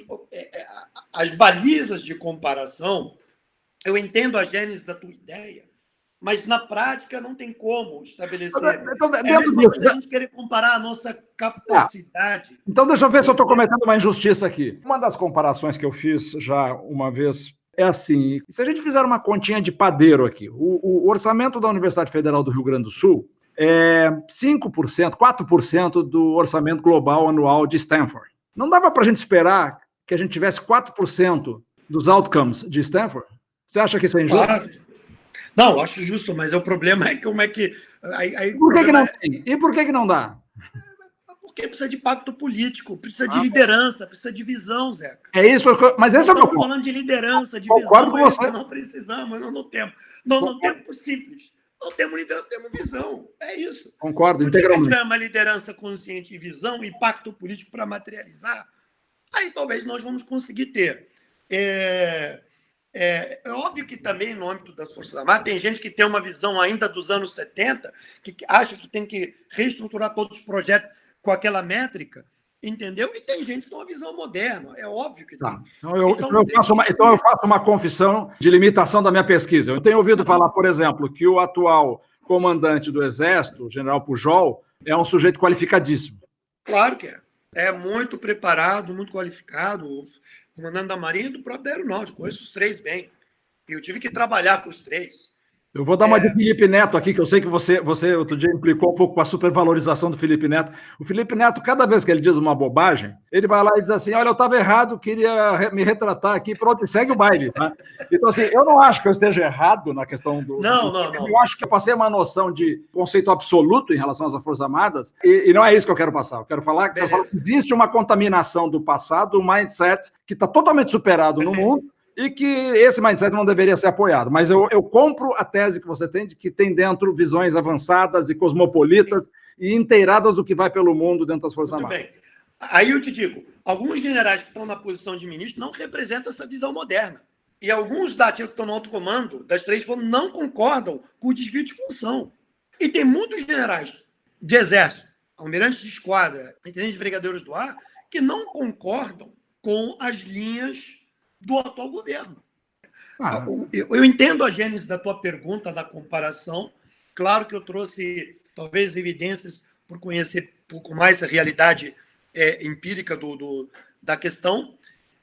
as balizas de comparação, eu entendo a gênese da tua ideia, mas na prática não tem como estabelecer. Então, é mesmo disso, a gente querer comparar a nossa capacidade. Então, deixa eu ver se eu estou cometendo uma injustiça aqui. Uma das comparações que eu fiz já uma vez é assim, se a gente fizer uma continha de padeiro aqui, o orçamento da Universidade Federal do Rio Grande do Sul é 5%, 4% do orçamento global anual de Stanford. Não dava para a gente esperar que a gente tivesse 4% dos outcomes de Stanford? Você acha que isso é injusto? Claro. Não, acho justo, mas o problema é como é que... Por que não tem? E por que não dá? Porque precisa de pacto político, precisa de liderança, precisa de visão, Zeca. É isso, mas esse é o meu ponto. Estamos falando de liderança, de Concordo visão, com você. não precisamos, não temos. Não temos simples. Não temos liderança, temos visão. É isso. Concordo, integralmente. Se tiver uma liderança consciente e visão e pacto político para materializar, aí talvez nós vamos conseguir ter. É óbvio que também, no âmbito das Forças Armadas, tem gente que tem uma visão ainda dos anos 70, que acha que tem que reestruturar todos os projetos com aquela métrica, entendeu? E tem gente que tem uma visão moderna, é óbvio que tem. Então eu faço uma confissão de limitação da minha pesquisa. Eu tenho ouvido falar, por exemplo, que o atual comandante do Exército, o general Pujol, é um sujeito qualificadíssimo. Claro que é. É muito preparado, muito qualificado. O comandante da Marinha e do próprio da Aeronáutica. Conheço os três bem. E eu tive que trabalhar com os três. Eu vou dar uma de Felipe Neto aqui, que eu sei que você outro dia implicou um pouco com a supervalorização do Felipe Neto. O Felipe Neto, cada vez que ele diz uma bobagem, ele vai lá e diz assim, olha, eu estava errado, queria me retratar aqui, pronto, e segue o baile. Tá? Então, assim, eu não acho que eu esteja errado na questão do... Não. Eu acho que eu passei uma noção de conceito absoluto em relação às Forças Armadas, e não é isso que eu quero passar. Eu quero falar que existe uma contaminação do passado, um mindset que está totalmente superado no mundo, e que esse mindset não deveria ser apoiado. Mas eu compro a tese que você tem de que tem dentro visões avançadas e cosmopolitas e inteiradas do que vai pelo mundo dentro das Forças Armadas. Muito bem. Aí eu te digo, alguns generais que estão na posição de ministro não representam essa visão moderna. E alguns da ativa que estão no alto comando das três não concordam com o desvio de função. E tem muitos generais de exército, almirantes de esquadra, tenentes brigadeiros do ar, que não concordam com as linhas do atual governo. Eu entendo a gênese da tua pergunta, da comparação. Claro que eu trouxe, talvez, evidências por conhecer um pouco mais a realidade empírica da questão.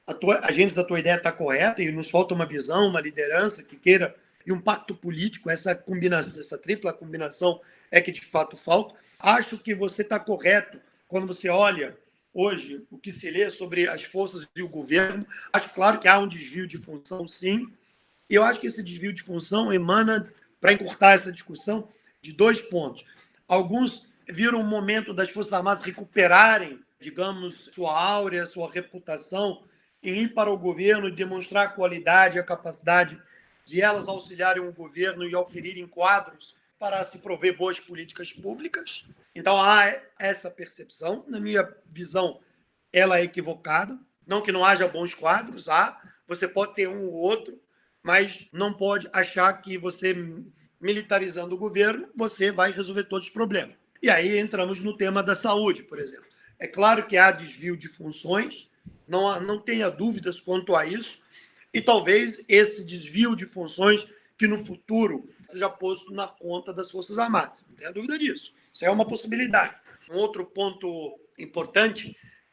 A gênese da tua ideia está correta e nos falta uma visão, uma liderança que queira e um pacto político. Essa combinação, essa tripla combinação é que, de fato, falta. Acho que você está correto quando você olha hoje, o que se lê sobre as forças e o governo. Acho claro que há um desvio de função, sim. E eu acho que esse desvio de função emana, para encurtar essa discussão, de dois pontos. Alguns viram o momento das Forças Armadas recuperarem, digamos, sua áurea, sua reputação, em ir para o governo e demonstrar a qualidade e a capacidade de elas auxiliarem o governo e oferirem quadros para se prover boas políticas públicas. Então, há essa percepção. Na minha visão, ela é equivocada. Não que não haja bons quadros, você pode ter um ou outro, mas não pode achar que você, militarizando o governo, você vai resolver todos os problemas. E aí entramos no tema da saúde, por exemplo. É claro que há desvio de funções, não tenha dúvidas quanto a isso, e talvez esse desvio de funções que no futuro seja posto na conta das Forças Armadas. Não tenha dúvida disso. Isso é uma possibilidade. Um outro ponto importante,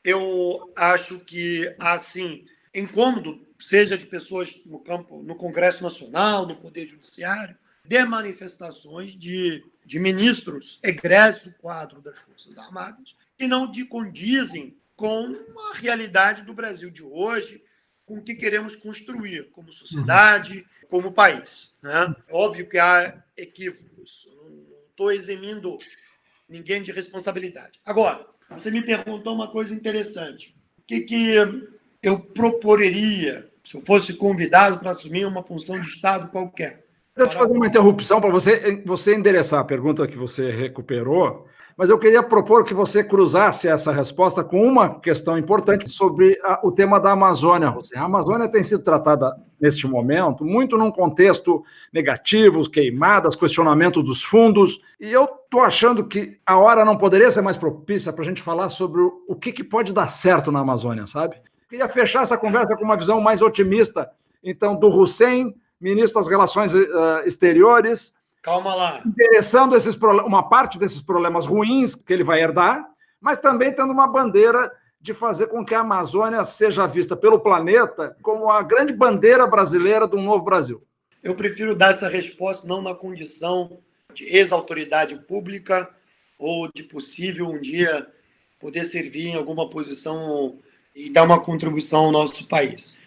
eu acho que há, sim, incômodo, seja de pessoas no campo, no Congresso Nacional, no Poder Judiciário, de manifestações de ministros egressos do quadro das Forças Armadas que não condizem com a realidade do Brasil de hoje, com o que queremos construir como sociedade, como país. Né? É óbvio que há equívocos. Eu não estou eximindo ninguém de responsabilidade. Agora, você me perguntou uma coisa interessante. O que eu proporia se eu fosse convidado para assumir uma função de Estado qualquer? Deixa eu te fazer uma interrupção para você endereçar a pergunta que você recuperou, mas eu queria propor que você cruzasse essa resposta com uma questão importante sobre o tema da Amazônia, José. A Amazônia tem sido tratada, neste momento, muito num contexto negativo, queimadas, questionamento dos fundos, e eu estou achando que a hora não poderia ser mais propícia para a gente falar sobre o que pode dar certo na Amazônia, sabe? Queria fechar essa conversa com uma visão mais otimista, então, do Hussein, ministro das Relações Exteriores, calma lá, interessando uma parte desses problemas ruins que ele vai herdar, mas também tendo uma bandeira de fazer com que a Amazônia seja vista pelo planeta como a grande bandeira brasileira de um novo Brasil. Eu prefiro dar essa resposta não na condição de ex-autoridade pública ou de possível um dia poder servir em alguma posição e dar uma contribuição ao nosso país.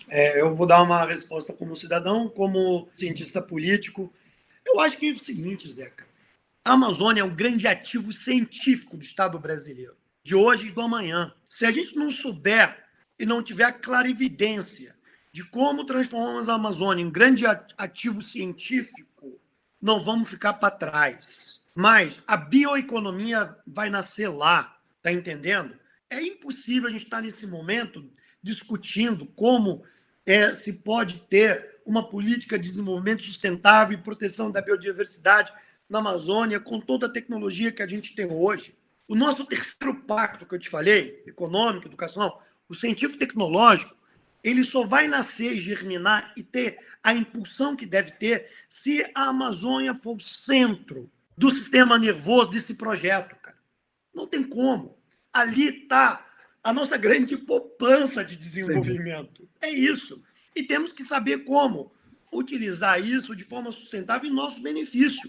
Eu vou dar uma resposta como cidadão, como cientista político. Eu acho que é o seguinte, Zeca, A Amazônia é um grande ativo científico do Estado brasileiro, de hoje e do amanhã. Se a gente não souber e não tiver a clarividência de como transformamos a Amazônia em grande ativo científico, não vamos ficar para trás. Mas a bioeconomia vai nascer lá, tá entendendo? É impossível a gente estar nesse momento discutindo como se pode ter uma política de desenvolvimento sustentável e proteção da biodiversidade na Amazônia com toda a tecnologia que a gente tem hoje. O nosso terceiro pacto que eu te falei, econômico, educacional, o científico-tecnológico, ele só vai nascer, germinar e ter a impulsão que deve ter se a Amazônia for o centro do sistema nervoso desse projeto, cara. Não tem como. Ali está a nossa grande poupança de desenvolvimento. Sim. É isso. E temos que saber como utilizar isso de forma sustentável em nosso benefício,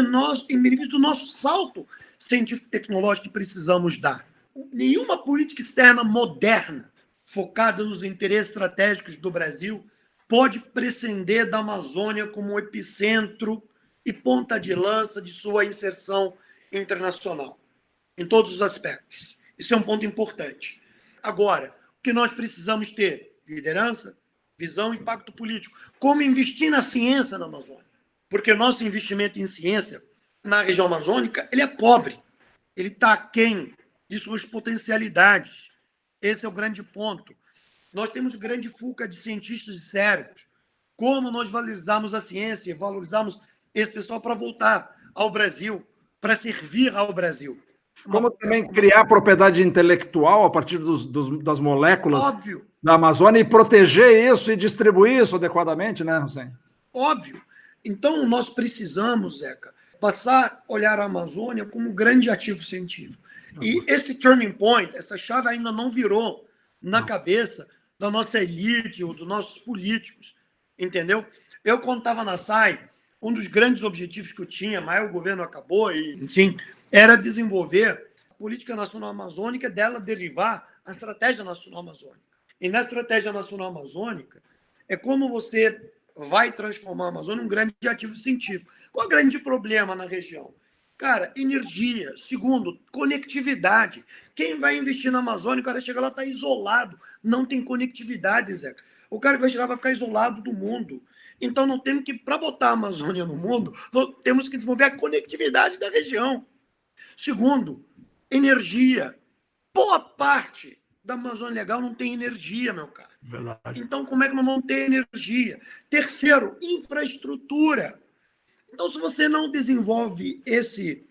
em benefício do nosso salto científico-tecnológico que precisamos dar. Nenhuma política externa moderna focada nos interesses estratégicos do Brasil pode prescender da Amazônia como um epicentro e ponta de lança de sua inserção internacional, em todos os aspectos. Isso é um ponto importante. Agora, o que nós precisamos ter? Liderança, visão e impacto político. Como investir na ciência na Amazônia? Porque o nosso investimento em ciência na região amazônica, ele é pobre. Ele está aquém de suas potencialidades. Esse é o grande ponto. Nós temos grande fuga de cientistas e cérebros. Como nós valorizamos a ciência, valorizamos esse pessoal para voltar ao Brasil, para servir ao Brasil. Como também criar propriedade intelectual a partir das moléculas Óbvio. Da Amazônia e proteger isso e distribuir isso adequadamente, né, Hussein? Óbvio. Então, nós precisamos, Zeca, passar a olhar a Amazônia como um grande ativo científico. E esse turning point, essa chave ainda não virou na cabeça da nossa elite ou dos nossos políticos, entendeu? Eu, quando estava na SAI, um dos grandes objetivos que eu tinha, mas o governo acabou, e, enfim, era desenvolver a política nacional amazônica, dela derivar a estratégia nacional amazônica. E na estratégia nacional amazônica, é como você vai transformar a Amazônia em um grande ativo científico. Qual é o grande problema na região? Cara, energia. Segundo, conectividade. Quem vai investir na Amazônia, o cara chega lá, está isolado. Não tem conectividade, Zé. O cara que vai chegar vai ficar isolado do mundo. Então, não temos que, para botar a Amazônia no mundo, temos que desenvolver a conectividade da região. Segundo, energia. Boa parte da Amazônia Legal não tem energia, meu cara. Verdade. Então, como é que nós vamos ter energia? Terceiro, infraestrutura. Então, se você não desenvolve esses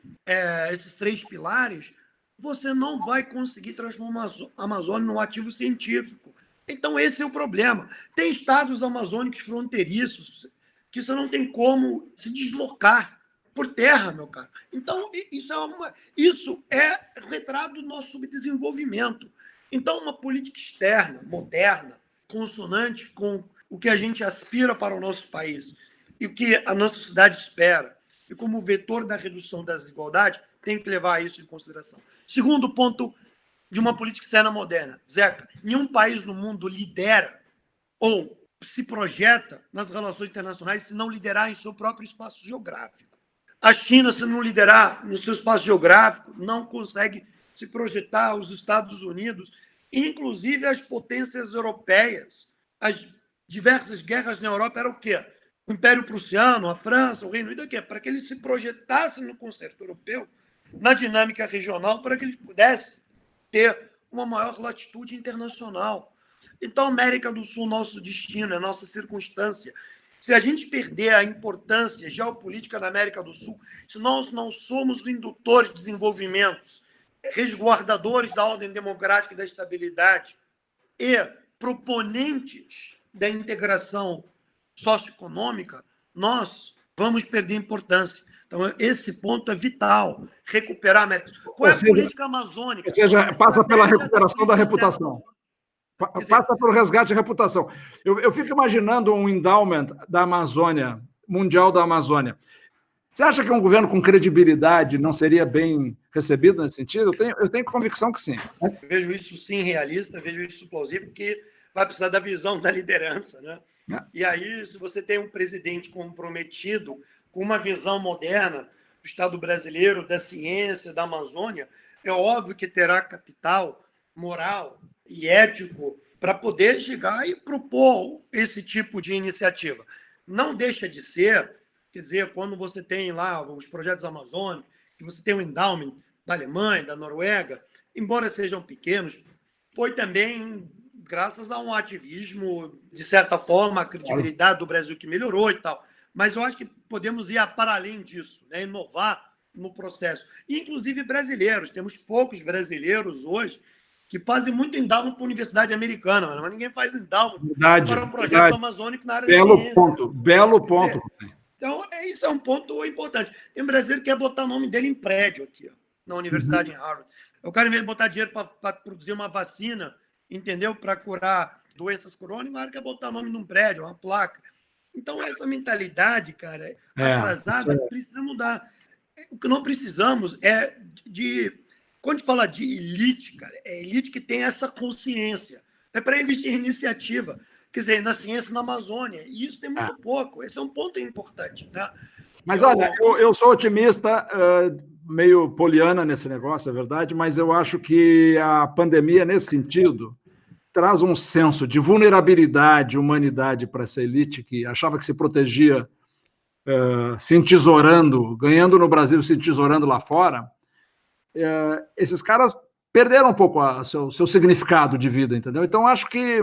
três pilares, você não vai conseguir transformar a Amazônia num ativo científico. Então, esse é o problema. Tem estados amazônicos fronteiriços que você não tem como se deslocar por terra, meu cara. Então, isso é retrato do nosso subdesenvolvimento. Então, uma política externa, moderna, consonante com o que a gente aspira para o nosso país e o que a nossa sociedade espera, e como vetor da redução das desigualdades, tem que levar isso em consideração. Segundo ponto de uma política externa moderna. Zeca, nenhum país no mundo lidera ou se projeta nas relações internacionais se não liderar em seu próprio espaço geográfico. A China, se não liderar no seu espaço geográfico, não consegue se projetar. Os Estados Unidos, inclusive as potências europeias. As diversas guerras na Europa eram o quê? O Império Prussiano, a França, o Reino Unido, o quê? Para que eles se projetassem no concerto europeu, na dinâmica regional, para que eles pudessem ter uma maior latitude internacional. Então, a América do Sul, nosso destino, é nossa circunstância. Se a gente perder a importância geopolítica da América do Sul, se nós não somos indutores de desenvolvimentos, resguardadores da ordem democrática e da estabilidade e proponentes da integração socioeconômica, nós vamos perder importância. Então, esse ponto é vital, recuperar a América. Qual é a política amazônica? Ou seja, passa pela recuperação da reputação. Passa pelo resgate de reputação. Eu fico imaginando um endowment da Amazônia, mundial da Amazônia. Você acha que um governo com credibilidade não seria bem recebido nesse sentido? Eu tenho convicção que sim. Eu vejo isso sim realista, vejo isso plausível, que vai precisar da visão da liderança, né? E aí, se você tem um presidente comprometido com uma visão moderna do Estado brasileiro, da ciência, da Amazônia, é óbvio que terá capital moral e ético para poder chegar e propor esse tipo de iniciativa. Não deixa de ser, quer dizer, quando você tem lá os projetos amazônicos, que você tem o endowment da Alemanha, da Noruega, embora sejam pequenos, foi também graças a um ativismo, de certa forma, a credibilidade do Brasil que melhorou e tal. Mas eu acho que podemos ir para além disso, né? Inovar no processo. E, inclusive, brasileiros. Temos poucos brasileiros hoje que fazem muito endowment para a Universidade Americana, mas ninguém faz endowment para um projeto amazônico na área da ciência. Belo ponto. Então, isso é um ponto importante. Tem um brasileiro que quer botar o nome dele em prédio aqui, ó, na Universidade em Harvard. Eu quero, em vez de botar dinheiro para produzir uma vacina, entendeu? Para curar doenças crônicas, mas quer botar o nome num prédio, uma placa. Então, essa mentalidade, cara, atrasada, precisa mudar. O que não precisamos é de... Quando a gente fala de elite, cara, é elite que tem essa consciência. É para investir em iniciativa. Quer dizer, na ciência na Amazônia. E isso tem muito pouco. Esse é um ponto importante. Né? Mas, olha, eu sou otimista, meio poliana nesse negócio, é verdade, mas eu acho que a pandemia, nesse sentido, traz um senso de vulnerabilidade, humanidade para essa elite que achava que se protegia se entesourando, ganhando no Brasil, se entesourando lá fora. Esses caras perderam um pouco seu significado de vida, entendeu? Então, acho que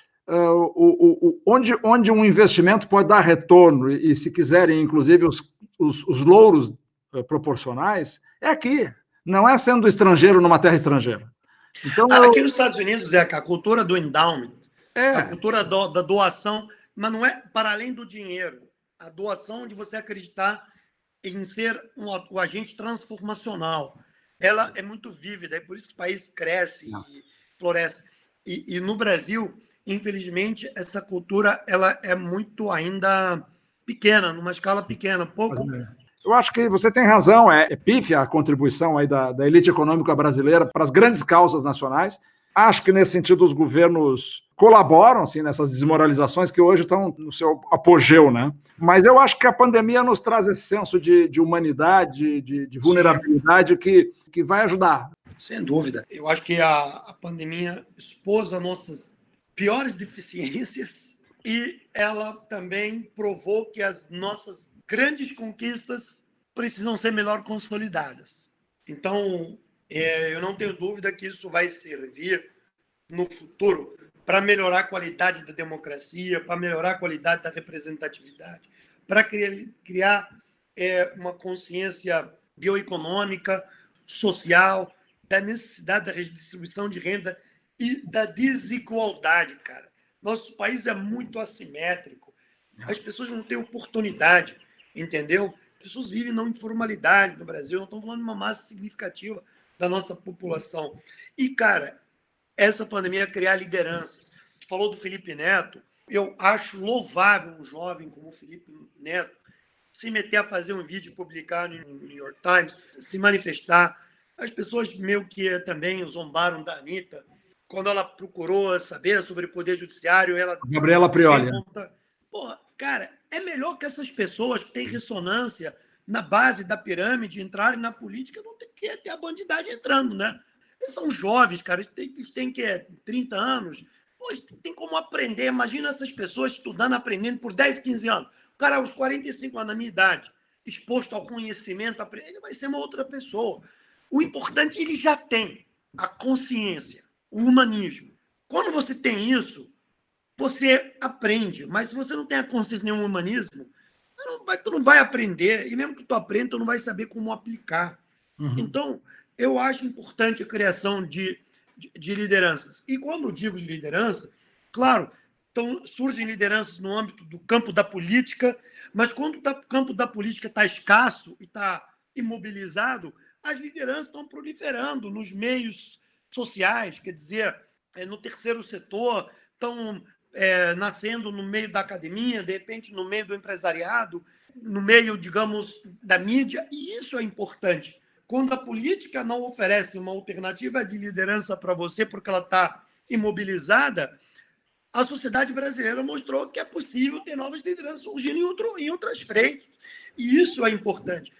onde um investimento pode dar retorno, e se quiserem, inclusive, os louros proporcionais, é aqui, não é sendo estrangeiro numa terra estrangeira. Então, aqui nos Estados Unidos, Zeca, a cultura do endowment, a cultura da doação, mas não é para além do dinheiro, a doação de você acreditar em ser o agente transformacional. Ela é muito vívida, é por isso que o país cresce e floresce. E no Brasil, infelizmente, essa cultura ela é muito ainda pequena, numa escala pequena, pouco. Eu acho que você tem razão, é pífia a contribuição aí da elite econômica brasileira para as grandes causas nacionais. Acho que, nesse sentido, os governos colaboram assim, nessas desmoralizações que hoje estão no seu apogeu, né? Mas eu acho que a pandemia nos traz esse senso de humanidade, de vulnerabilidade que vai ajudar. Sem dúvida. Eu acho que a pandemia expôs as nossas piores deficiências e ela também provou que as nossas grandes conquistas precisam ser melhor consolidadas. Então, eu não tenho dúvida que isso vai servir no futuro para melhorar a qualidade da democracia, para melhorar a qualidade da representatividade, para criar uma consciência bioeconômica, social, da necessidade da redistribuição de renda e da desigualdade, cara. Nosso país é muito assimétrico. As pessoas não têm oportunidade, entendeu? As pessoas vivem na informalidade no Brasil, não estão falando de uma massa significativa da nossa população. E, cara, essa pandemia criar lideranças. Tu falou do Felipe Neto. Eu acho louvável um jovem como o Felipe Neto se meter a fazer um vídeo e publicar no New York Times, se manifestar. As pessoas meio que também zombaram da Anitta quando ela procurou saber sobre o Poder Judiciário. Gabriela Prioli. Pô, cara, é melhor que essas pessoas que têm ressonância na base da pirâmide entrarem na política, não tem que ter a bandidagem entrando, né? Eles são jovens, cara, eles têm 30 anos. Pô, eles têm como aprender. Imagina essas pessoas estudando, aprendendo por 10, 15 anos. O cara, aos 45 anos, na minha idade, exposto ao conhecimento, ele vai ser uma outra pessoa. O importante, ele já tem a consciência, o humanismo. Quando você tem isso, você aprende. Mas se você não tem a consciência nem o humanismo, tu não vai aprender. E mesmo que tu aprenda, tu não vai saber como aplicar. Então, eu acho importante a criação de lideranças. E quando eu digo de liderança, claro, então, surgem lideranças no âmbito do campo da política, mas quando o campo da política está escasso e está imobilizado, as lideranças estão proliferando nos meios sociais, quer dizer, no terceiro setor, estão nascendo no meio da academia, de repente no meio do empresariado, no meio, digamos, da mídia, e isso é importante. Quando a política não oferece uma alternativa de liderança para você, porque ela está imobilizada, a sociedade brasileira mostrou que é possível ter novas lideranças surgindo em outras frentes. E isso é importante.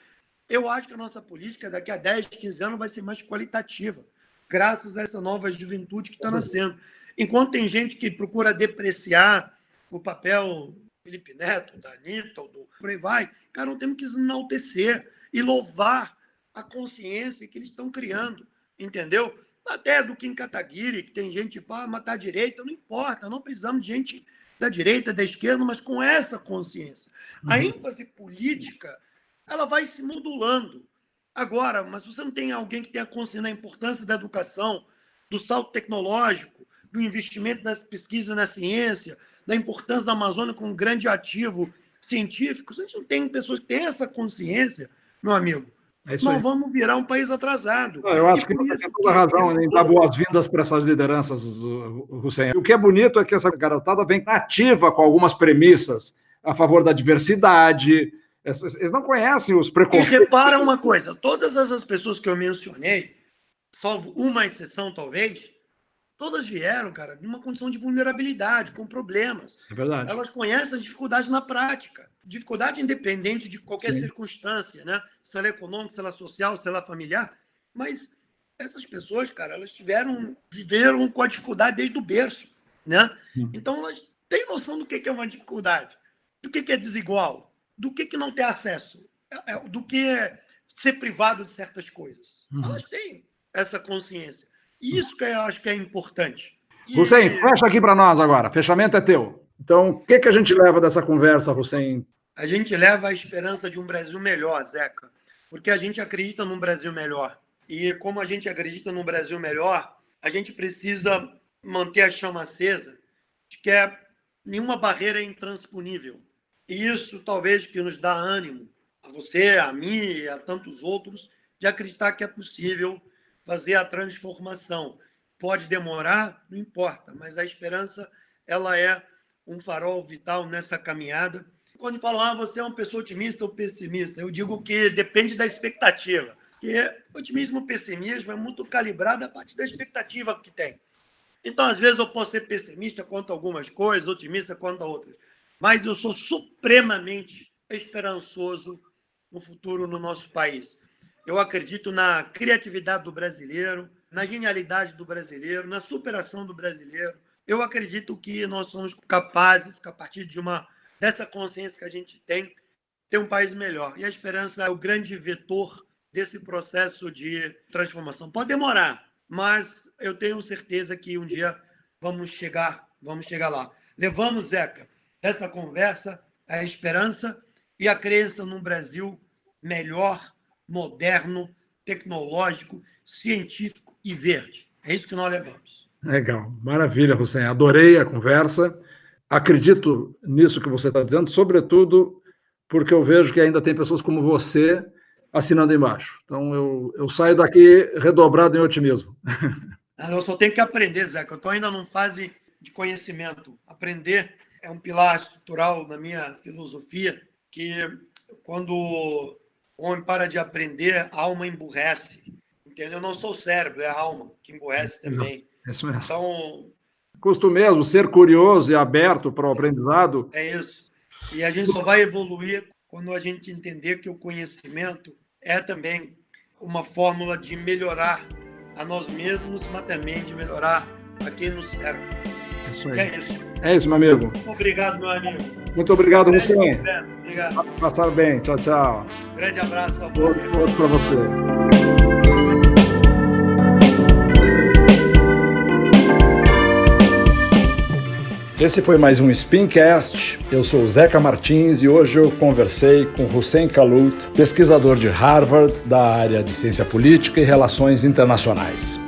Eu acho que a nossa política daqui a 10, 15 anos vai ser mais qualitativa, graças a essa nova juventude que está nascendo. Enquanto tem gente que procura depreciar o papel do Felipe Neto, da Anitta, por aí vai, cara, não temos que enaltecer e louvar a consciência que eles estão criando, entendeu? Até do Kim Kataguiri, que tem gente que fala matar a direita, não importa, não precisamos de gente da direita, da esquerda, mas com essa consciência. A ênfase política, ela vai se modulando. Agora, mas se você não tem alguém que tenha consciência da importância da educação, do salto tecnológico, do investimento nas pesquisas na ciência, da importância da Amazônia como um grande ativo científico, se a gente não tem pessoas que têm essa consciência, meu amigo, nós vamos virar um país atrasado. Eu acho que você tem toda a razão em dar boas-vindas para essas lideranças, Hussein. O que é bonito é que essa garotada vem ativa com algumas premissas a favor da diversidade. Eles não conhecem os preconceitos. E repara uma coisa, todas essas pessoas que eu mencionei, salvo uma exceção talvez, todas vieram, cara, de uma condição de vulnerabilidade, com problemas. É verdade. Elas conhecem as dificuldades na prática. Dificuldade independente de qualquer circunstância, né? Se ela é econômica, se ela é social, se ela é familiar. Mas essas pessoas, cara, elas viveram com a dificuldade desde o berço, né? Então, elas têm noção do que é uma dificuldade, do que é desigual, do que não ter acesso, do que é ser privado de certas coisas. Elas têm essa consciência. E isso que eu acho que é importante. Hussein, fecha aqui para nós agora. Fechamento é teu. Então, o que a gente leva dessa conversa, Hussein? A gente leva a esperança de um Brasil melhor, Zeca, porque a gente acredita num Brasil melhor. E como a gente acredita num Brasil melhor, a gente precisa manter a chama acesa de que nenhuma barreira é intransponível. E isso talvez que nos dá ânimo, a você, a mim e a tantos outros, de acreditar que é possível fazer a transformação. Pode demorar, não importa, mas a esperança ela é um farol vital nessa caminhada. Quando falam, você é uma pessoa otimista ou pessimista, eu digo que depende da expectativa. Porque otimismo e pessimismo é muito calibrado a partir da expectativa que tem. Então, às vezes, eu posso ser pessimista quanto a algumas coisas, otimista quanto a outras. Mas eu sou supremamente esperançoso no futuro no nosso país. Eu acredito na criatividade do brasileiro, na genialidade do brasileiro, na superação do brasileiro. Eu acredito que nós somos capazes, que a partir dessa consciência que a gente tem, ter um país melhor. E a esperança é o grande vetor desse processo de transformação. Pode demorar, mas eu tenho certeza que um dia vamos chegar lá. Levamos, Zeca, essa conversa, a esperança e a crença num Brasil melhor, moderno, tecnológico, científico e verde. É isso que nós levamos. Legal, maravilha, Hussein. Adorei a conversa. Acredito nisso que você está dizendo, sobretudo porque eu vejo que ainda tem pessoas como você assinando embaixo. Então, eu saio daqui redobrado em otimismo. Eu só tenho que aprender, Zeca. Eu estou ainda numa fase de conhecimento. Aprender é um pilar estrutural na minha filosofia, que quando o homem para de aprender, a alma emburrece. Entendeu? Eu não sou o cérebro, é a alma que emburrece também. Isso mesmo. Então, custo mesmo ser curioso e aberto para o aprendizado. É isso. E a gente só vai evoluir quando a gente entender que o conhecimento é também uma fórmula de melhorar a nós mesmos, mas também de melhorar a quem nos cerca. Isso aí. É isso. É isso, meu amigo. Obrigado, meu amigo. Muito obrigado, Hussein. Obrigado. Passar bem. Tchau, tchau. Grande abraço a você. Outro para você. Esse foi mais um Spincast. Eu sou o Zeca Martins e hoje eu conversei com Hussein Kalut, pesquisador de Harvard da área de ciência política e relações internacionais.